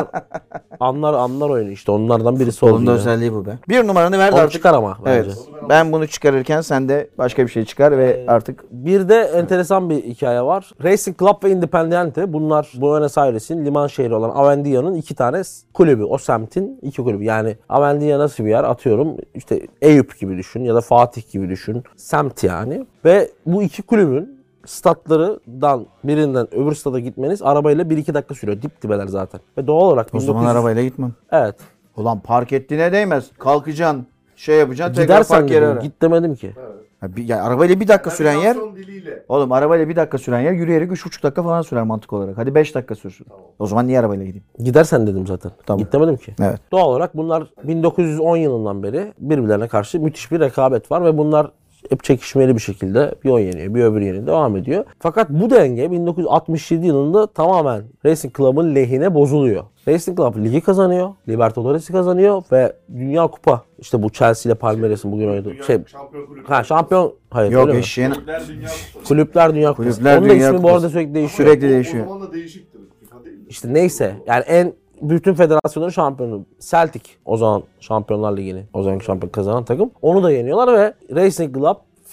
anlar oyunu işte. Onlardan birisi Onun oldu. da ya. özelliği bu be. Bir numaranı ver de Onu artık. çıkar ama bence. Evet. Ben bunu çıkarırken sen de başka bir şey çıkar ve artık Bir de enteresan bir hikaye var. Racing Club ve Independiente, bunlar Buenos Aires'in liman şehri olan Avendia'nın 2 tane kulübü. O semtin 2 kulübü. Yani Avendia nasıl bir yer? Atıyorum işte Eyüp gibi düşün ya da Fatih gibi düşün. Semt yani. Ve bu 2 kulübün statlarından birinden öbür stada gitmeniz arabayla 1-2 dakika sürüyor. Dip dibeler zaten. Ve doğal olarak o zaman arabayla gitmem. Evet. Ulan park ettiğine değmez. Kalkacaksın, şey yapacaksın, tekrar Gidersen park yeri dedim. ara. Git demedim ki. Yani arabayla bir dakika süren yer, navigasyon diliyle. oğlum arabayla bir dakika süren yer yürüyerek 3,5 dakika falan sürer mantık olarak. Hadi 5 dakika sürsün. O zaman niye arabayla gideyim? Gidersen dedim zaten. Tamam. Git demedim ki. Evet. Doğal olarak bunlar 1910 yılından beri birbirlerine karşı müthiş bir rekabet var ve bunlar hep çekişmeli bir şekilde bir o yeniyor, bir öbür yeniyor, devam ediyor. Fakat bu denge 1967 yılında tamamen Racing Club'ın lehine bozuluyor. Racing Club ligi kazanıyor, Libertadores'i kazanıyor ve Dünya Kupa, işte bu Chelsea ile Palmeiras'ın bugün oynadığı Şampiyon kulübü. şampiyon, hayır Yok öyle mi? eşeğin Kulüpler Dünya Kupası. Kulüpler Dünya Kupası. Kulüpler Onun da Dünya ismi bu Kupası. arada sürekli değişiyor. sürekli O değişiyor. zaman da değişiktir. FIFA değil mi? İşte neyse, yani en bütün federasyonların şampiyonu Celtic, o zaman Şampiyonlar Ligi'ni o zamanki şampiyon kazanan takım. Onu da yeniyorlar ve Racing Club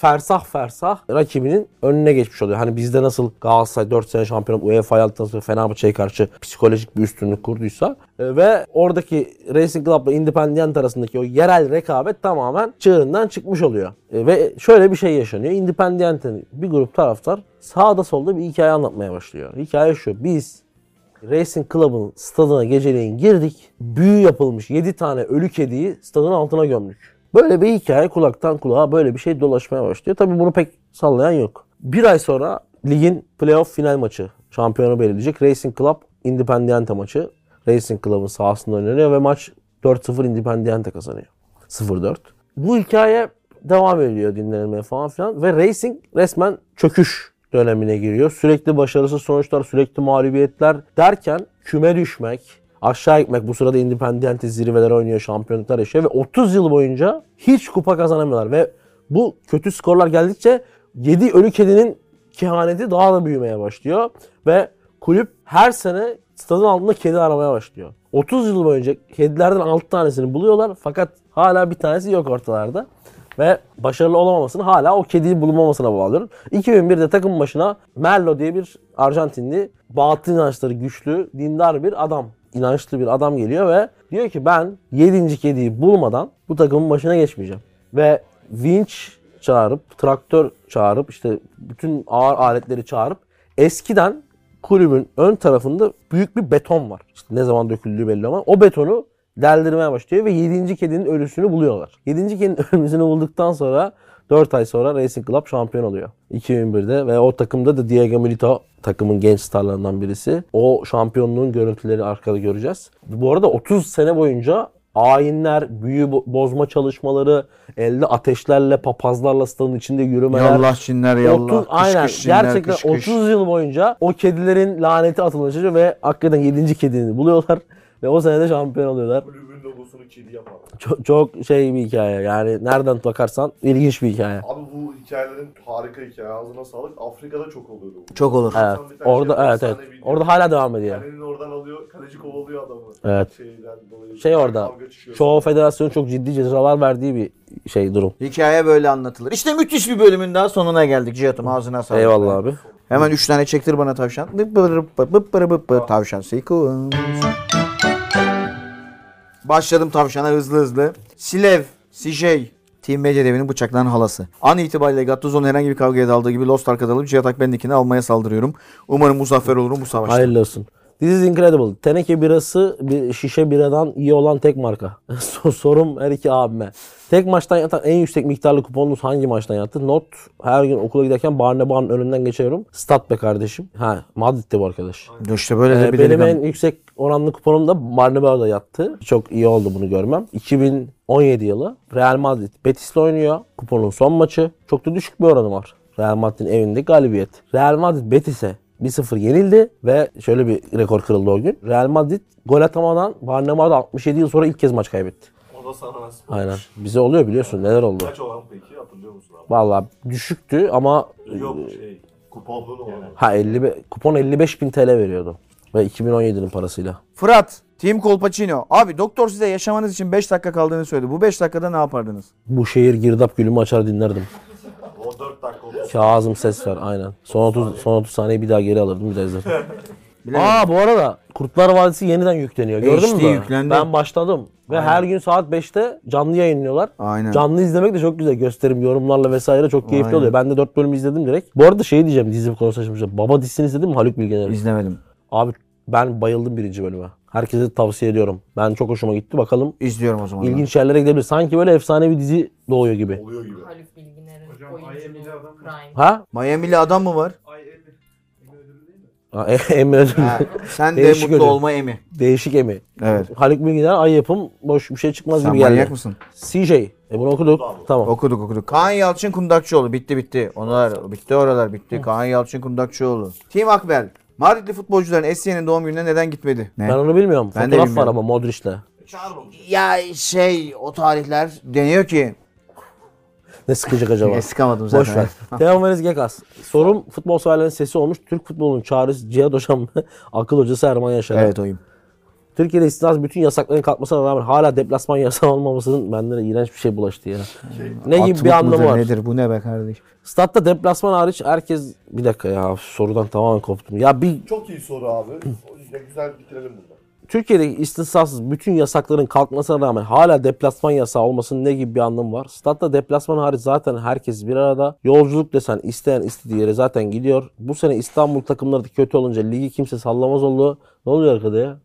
fersah rakibinin önüne geçmiş oluyor. Hani bizde nasıl Galatasaray 4 sene şampiyon UEFA'ya aldıktan sonra Fenerbahçe'ye karşı psikolojik bir üstünlük kurduysa ve oradaki Racing Club ve Independiente arasındaki o yerel rekabet tamamen çığırından çıkmış oluyor. Ve şöyle bir şey yaşanıyor. Independiente'nin bir grup taraftar sağda solda bir hikaye anlatmaya başlıyor. Hikaye şu: biz Racing Club'ın stadına geceleyin girdik. Büyü yapılmış 7 tane ölü kediyi stadın altına gömdük. Böyle bir hikaye kulaktan kulağa böyle bir şey dolaşmaya başlıyor. Tabii bunu pek sallayan yok. Bir ay sonra ligin playoff final maçı, şampiyonu belirleyecek Racing Club Independiente maçı Racing Club'ın sahasında oynanıyor ve maç 4-0 Independiente kazanıyor. 0-4. Bu hikaye devam ediyor, dinlenmeye falan filan ve Racing resmen çöküş dönemine giriyor. Sürekli başarısız sonuçlar, sürekli mağlubiyetler derken küme düşmek, aşağı gitmek, bu sırada Independiente zirveler oynuyor, şampiyonluklar yaşıyor ve 30 yıl boyunca hiç kupa kazanamıyorlar ve bu kötü skorlar geldikçe 7 ölü kedinin kehaneti daha da büyümeye başlıyor ve kulüp her sene stadın altında kedi aramaya başlıyor. 30 yıl boyunca kedilerden 6 tanesini buluyorlar fakat hala bir tanesi yok ortalarda. Ve başarılı olamamasını hala o kediyi bulunmamasına bağlıyorum. 2001'de takım başına Merlo diye bir Arjantinli, batıl inançları güçlü, dindar bir adam, inançlı bir adam geliyor ve diyor ki ben 7. kediyi bulmadan bu takımın başına geçmeyeceğim. Ve vinç çağırıp, traktör çağırıp, işte bütün ağır aletleri çağırıp eskiden kulübün ön tarafında büyük bir beton var. İşte ne zaman döküldüğü belli ama o betonu deldirmeye başlıyor ve 7. kedinin ölüsünü buluyorlar. 7. kedinin ölüsünü bulduktan sonra 4 ay sonra Racing Club şampiyon oluyor. 2001'de ve o takımda da Diego Milito takımın genç starlarından birisi. O şampiyonluğun görüntüleri arkada göreceğiz. Bu arada 30 sene boyunca ayinler, büyü bozma çalışmaları, elde ateşlerle, papazlarla stadın içinde yürümeler. Yallah Çinler yallah. Aynen. Kış Çinler, Gerçekten kış. 30 yıl boyunca o kedilerin laneti atılmaya çalışıyor ve hakikaten 7. kedini buluyorlar. Ve o sene de şampiyon oluyorlar. Kulübün logosunu kedi yapar. Çok şey bir hikaye. Yani nereden bakarsan ilginç bir hikaye. Abi bu hikayelerin harika hikaye. Ağzına sağlık. Afrika'da çok oluyordu bu. Çok olur. Evet. Bir tane Orada şey, evet efsane evet. video. Orada hala devam ediyor. Kaleni oradan alıyor. Kaleci kovalıyor adamı. Evet. Şeyden dolayı. Şey orada. Kavga çıkıyor. Çoğu federasyonun çok ciddi cezalar verdiği bir durum. Hikaye böyle anlatılır. İşte müthiş bir bölümün daha sonuna geldik Cihat'ım. Ağzına sağlık. Eyvallah abi. Hemen 3 tane çektir bana tavşan. Tavşan sequence. Başladım tavşana hızlı. Silev, CJ, Team Media devinin bıçaklanan halası. An itibariyle Gattuso'nun herhangi bir kavgaya daldığı gibi Lost Arka'da alıp Cihat Akben'dekini almaya saldırıyorum. Umarım muzaffer olurum bu savaşta. Hayırlı olsun. This is incredible. Teneke birası bir şişe biradan iyi olan tek marka. Sorum her iki abime. Tek maçtan yatan en yüksek miktarlı kuponunuz hangi maçtan yattı? Not, her gün okula giderken Barnaba'nın önünden geçiyorum. Stat be kardeşim. Madrid'de bu arkadaş. İşte böyle de bir Benim delikanlı. en yüksek oranlı kuponum da Barnaba'da yattı. Çok iyi oldu bunu görmem. 2017 yılı Real Madrid Betis'le oynuyor. Kuponun son maçı. Çok da düşük bir oranı var. Real Madrid'in evinde galibiyet. Real Madrid Betis'e 1-0 yenildi ve şöyle bir rekor kırıldı o gün. Real Madrid gol atamadan Barnaba'da 67 yıl sonra ilk kez maç kaybetti. O da sana nasip olmuş. Aynen. Bize oluyor biliyorsun. Neler oldu? Kaç olan peki hatırlıyor musun abi? Vallahi düşüktü ama Yok kuponlu olan. kupon 55.000 TL veriyordu. Ve 2017'nin parasıyla. Fırat, Team Colpacino. Abi doktor size yaşamanız için 5 dakika kaldığını söyledi. Bu 5 dakikada ne yapardınız? Bu şehir girdap gülümü açar dinlerdim. O 4 dakika oldu. Kazım ses ver aynen. Son 30 saniyeyi bir daha geri alırdım bir daha izlerim. Bilemedim. Bu arada Kurtlar Vadisi yeniden yükleniyor. Gördün HD mü? yüklendi. Ben başladım. Ve her gün saat 5'te canlı yayınlıyorlar. Aynen. Canlı izlemek de çok güzel. Gösterim, yorumlarla vesaire çok keyifli Aynen. oluyor. Ben de 4 bölümü izledim direkt. Bu arada şey diyeceğim dizi konusu açmışlar. Baba dizisini izledin mi Haluk Bilginer'i? İzlemedim. Abi ben bayıldım 1. bölüme. Herkese tavsiye ediyorum. Ben çok hoşuma gitti. Bakalım İzliyorum o zaman. ilginç yerlere gidebilir. Sanki böyle efsane bir dizi doğuyor gibi. Oluyor gibi. Haluk Bilginer'in Hocam, oyunculuğu, IMDb'de adam- Prime. Ha? Miami'li adam mı var? Ay Emir. Emir ödülü değil mi? Emre ödülü. Ha, sen de Değişik mutlu ödül. olma emi. Değişik emi. Evet. Haluk Bilginer ay yapım boş bir şey çıkmaz Sen gibi geldi. manyak mısın? CJ. Bunu okuduk. Tamam. Okuduk. Kaan Yalçın Kundakçıoğlu. Bitti. Onlar bitti oralar bitti. Kaan Yalçın Kundakçıoğlu. Team Akbel. Madridli futbolcuların Essien'in doğum gününe neden gitmedi? Ne? Ben onu bilmiyorum. Ben de Fotoğraf var bilmiyorum. ama Modric'le. Çağırmamış. Ya o tarihler deniyor ki. Ne sıkacak acaba? Sıkamadım zaten. Boş ver. Devam Veniz Gekas. Sorum futbol severlerin sesi olmuş. Türk futbolunun çağrısı Cihat Hocam akıl hocası Erman Yaşar. Evet oyum. Türkiye'de istisnasız bütün yasakların kalkmasına rağmen hala deplasman yasağı olmamasının bende de iğrenç bir şey bulaştı ya. Ne gibi bir anlamı var? Nedir bu ne be kardeşim? Statta deplasman hariç herkes... Bir dakika ya sorudan tamamen koptum. Ya bir Çok iyi soru abi. O yüzden güzel bitirelim burada. Türkiye'de istisnasız bütün yasakların kalkmasına rağmen hala deplasman yasağı olmasının ne gibi bir anlamı var? Statta deplasman hariç zaten herkes bir arada. Yolculuk desen isteyen istediği yere zaten gidiyor. Bu sene İstanbul takımları da kötü olunca ligi kimse sallamaz oldu. Ne oluyor arkada ya?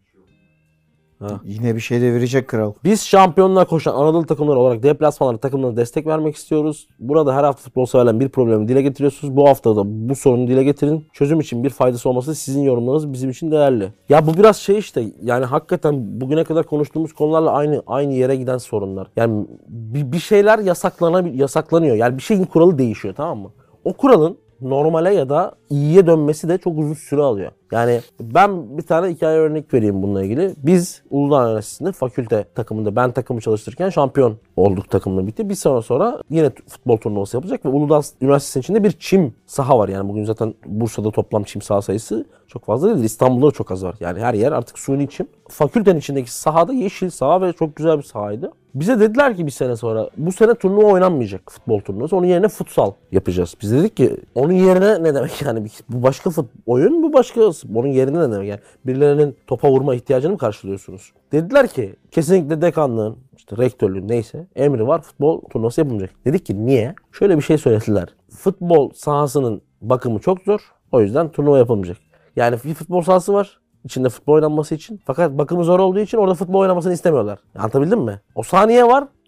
Yine bir şey devirecek kral. Biz şampiyonluğa koşan Anadolu takımları olarak deplasmanlara takımlarına destek vermek istiyoruz. Burada her hafta futbol severler bir problemi dile getiriyorsunuz. Bu hafta da bu sorunu dile getirin. Çözüm için bir faydası olması sizin yorumlarınız bizim için değerli. Ya bu biraz şey işte yani hakikaten bugüne kadar konuştuğumuz konularla aynı yere giden sorunlar. Yani bir şeyler yasaklanıyor. Yani bir şeyin kuralı değişiyor, tamam mı? O kuralın normale ya da iyiye dönmesi de çok uzun süre alıyor. Yani ben bir tane hikaye örnek vereyim bununla ilgili. Biz Uludağ Üniversitesi'nde fakülte takımında ben takımı çalıştırırken şampiyon olduk, takımla bitti. Bir sene sonra yine futbol turnuvası yapılacak ve Uludağ Üniversitesi'nin içinde bir çim saha var. Yani bugün zaten Bursa'da toplam çim saha sayısı çok fazla değildir. İstanbul'da da çok az var. Yani her yer artık suni çim. Fakültenin içindeki sahada yeşil saha ve çok güzel bir sahaydı. Bize dediler ki bir sene sonra bu sene turnuva oynanmayacak, futbol turnuvası. Onun yerine futsal yapacağız. Biz dedik ki onun yerine ne demek yani, bu başka oyun, bu başka, onun yerine ne demek yani, birilerinin topa vurma ihtiyacını mı karşılıyorsunuz? Dediler ki kesinlikle dekanlığın, işte rektörlüğün neyse emri var, futbol turnuvası yapılmayacak. Dedik ki niye? Şöyle bir şey söylediler. Futbol sahasının bakımı çok zor. O yüzden turnuva yapılmayacak. Yani bir futbol sahası var içinde futbol oynanması için. Fakat bakımı zor olduğu için orada futbol oynamasını istemiyorlar. Anlatabildim mi? O saniye var.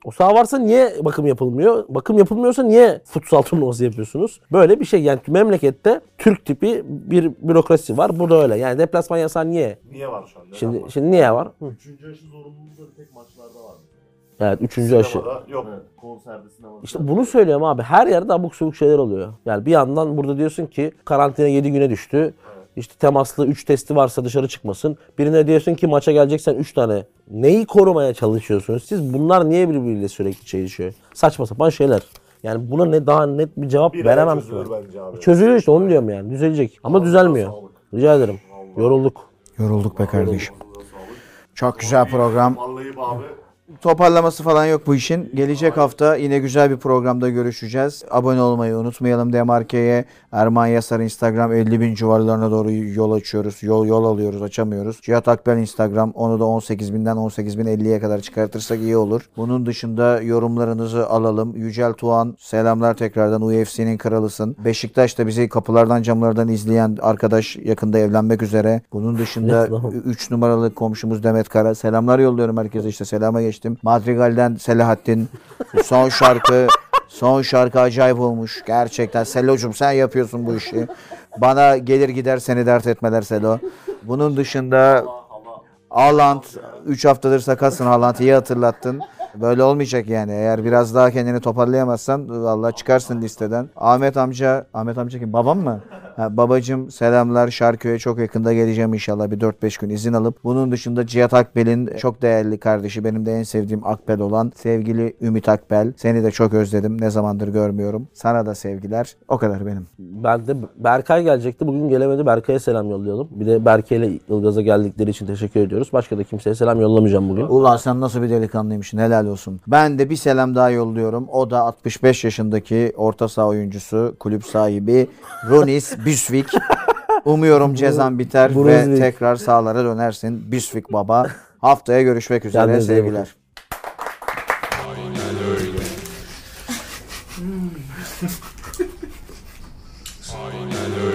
O saha varsa niye bakım yapılmıyor? Bakım yapılmıyorsa niye futsal turnuvası yapıyorsunuz? Böyle bir şey. Yani memlekette Türk tipi bir bürokrasi var. Bu da öyle. Yani deplasman yasağı niye? Niye var şu an? Şimdi niye var? Üçüncü aşı zorunluluğu da bir tek maçlarda var. Evet, 3. aşı. Sinemada yok. Konserde, sinemada. İşte bunu söylüyorum abi. Her yerde abuk subuk şeyler oluyor. Yani bir yandan burada diyorsun ki karantina 7 güne düştü. İşte temaslı 3 testi varsa dışarı çıkmasın. Birine diyorsun ki maça geleceksen 3 tane. Neyi korumaya çalışıyorsunuz? Siz bunlar niye birbiriyle sürekli çelişiyor? Saçma sapan şeyler. Yani buna ne daha net bir cevap Bir veremem ki. çözülür bence abi. Çözülüyor işte, onu diyorum yani. Düzelecek. Ama düzelmiyor. Rica ederim. Yorulduk. Yorulduk be kardeşim. Çok güzel program. Vallahi abi. Toparlaması falan yok bu işin. Gelecek hafta yine güzel bir programda görüşeceğiz. Abone olmayı unutmayalım Demarke'ye. Erman Yasar Instagram 50.000 civarlarına doğru yol açıyoruz. Yol alıyoruz, açamıyoruz. Cihat Akbel Instagram, onu da 18.000'den 18.050'ye kadar çıkartırsak iyi olur. Bunun dışında yorumlarınızı alalım. Yücel Tuğan, selamlar tekrardan, UFC'nin kralısın. Beşiktaş'ta bizi kapılardan camlardan izleyen arkadaş yakında evlenmek üzere. Bunun dışında 3 numaralı komşumuz Demet Kara. Selamlar yolluyorum herkese, işte selama geçtim. Madrigal'den Selahattin. Son şarkı acayip olmuş. Gerçekten Selo'cum sen yapıyorsun bu işi. Bana gelir gider seni dert etmeler Selo. Bunun dışında Haaland, 3 haftadır sakatsın Haaland, iyi hatırlattın. Böyle olmayacak yani. Eğer biraz daha kendini toparlayamazsan vallahi çıkarsın listeden. Ahmet amca kim? Babam mı? Babacım selamlar. Şarköy'e çok yakında geleceğim inşallah. Bir 4-5 gün izin alıp. Bunun dışında Cihat Akbel'in çok değerli kardeşi, benim de en sevdiğim Akbel olan sevgili Ümit Akbel. Seni de çok özledim. Ne zamandır görmüyorum. Sana da sevgiler. O kadar benim. Ben de Berkay gelecekti. Bugün gelemedi. Berkay'a selam yollayalım. Bir de Berkay ile Ilgaz'a geldikleri için teşekkür ediyoruz. Başka da kimseye selam yollamayacağım bugün. Ulan sen nasıl bir delikanlıymışsın. Helal olsun. Ben de bir selam daha yolluyorum. O da 65 yaşındaki orta saha oyuncusu, kulüp sahibi Runis Büsvik. Umuyorum cezan biter ve tekrar sahalara dönersin. Büsvik baba. Haftaya görüşmek üzere. Kendinize iyi bakın. Sevgiler. Aynen öyle.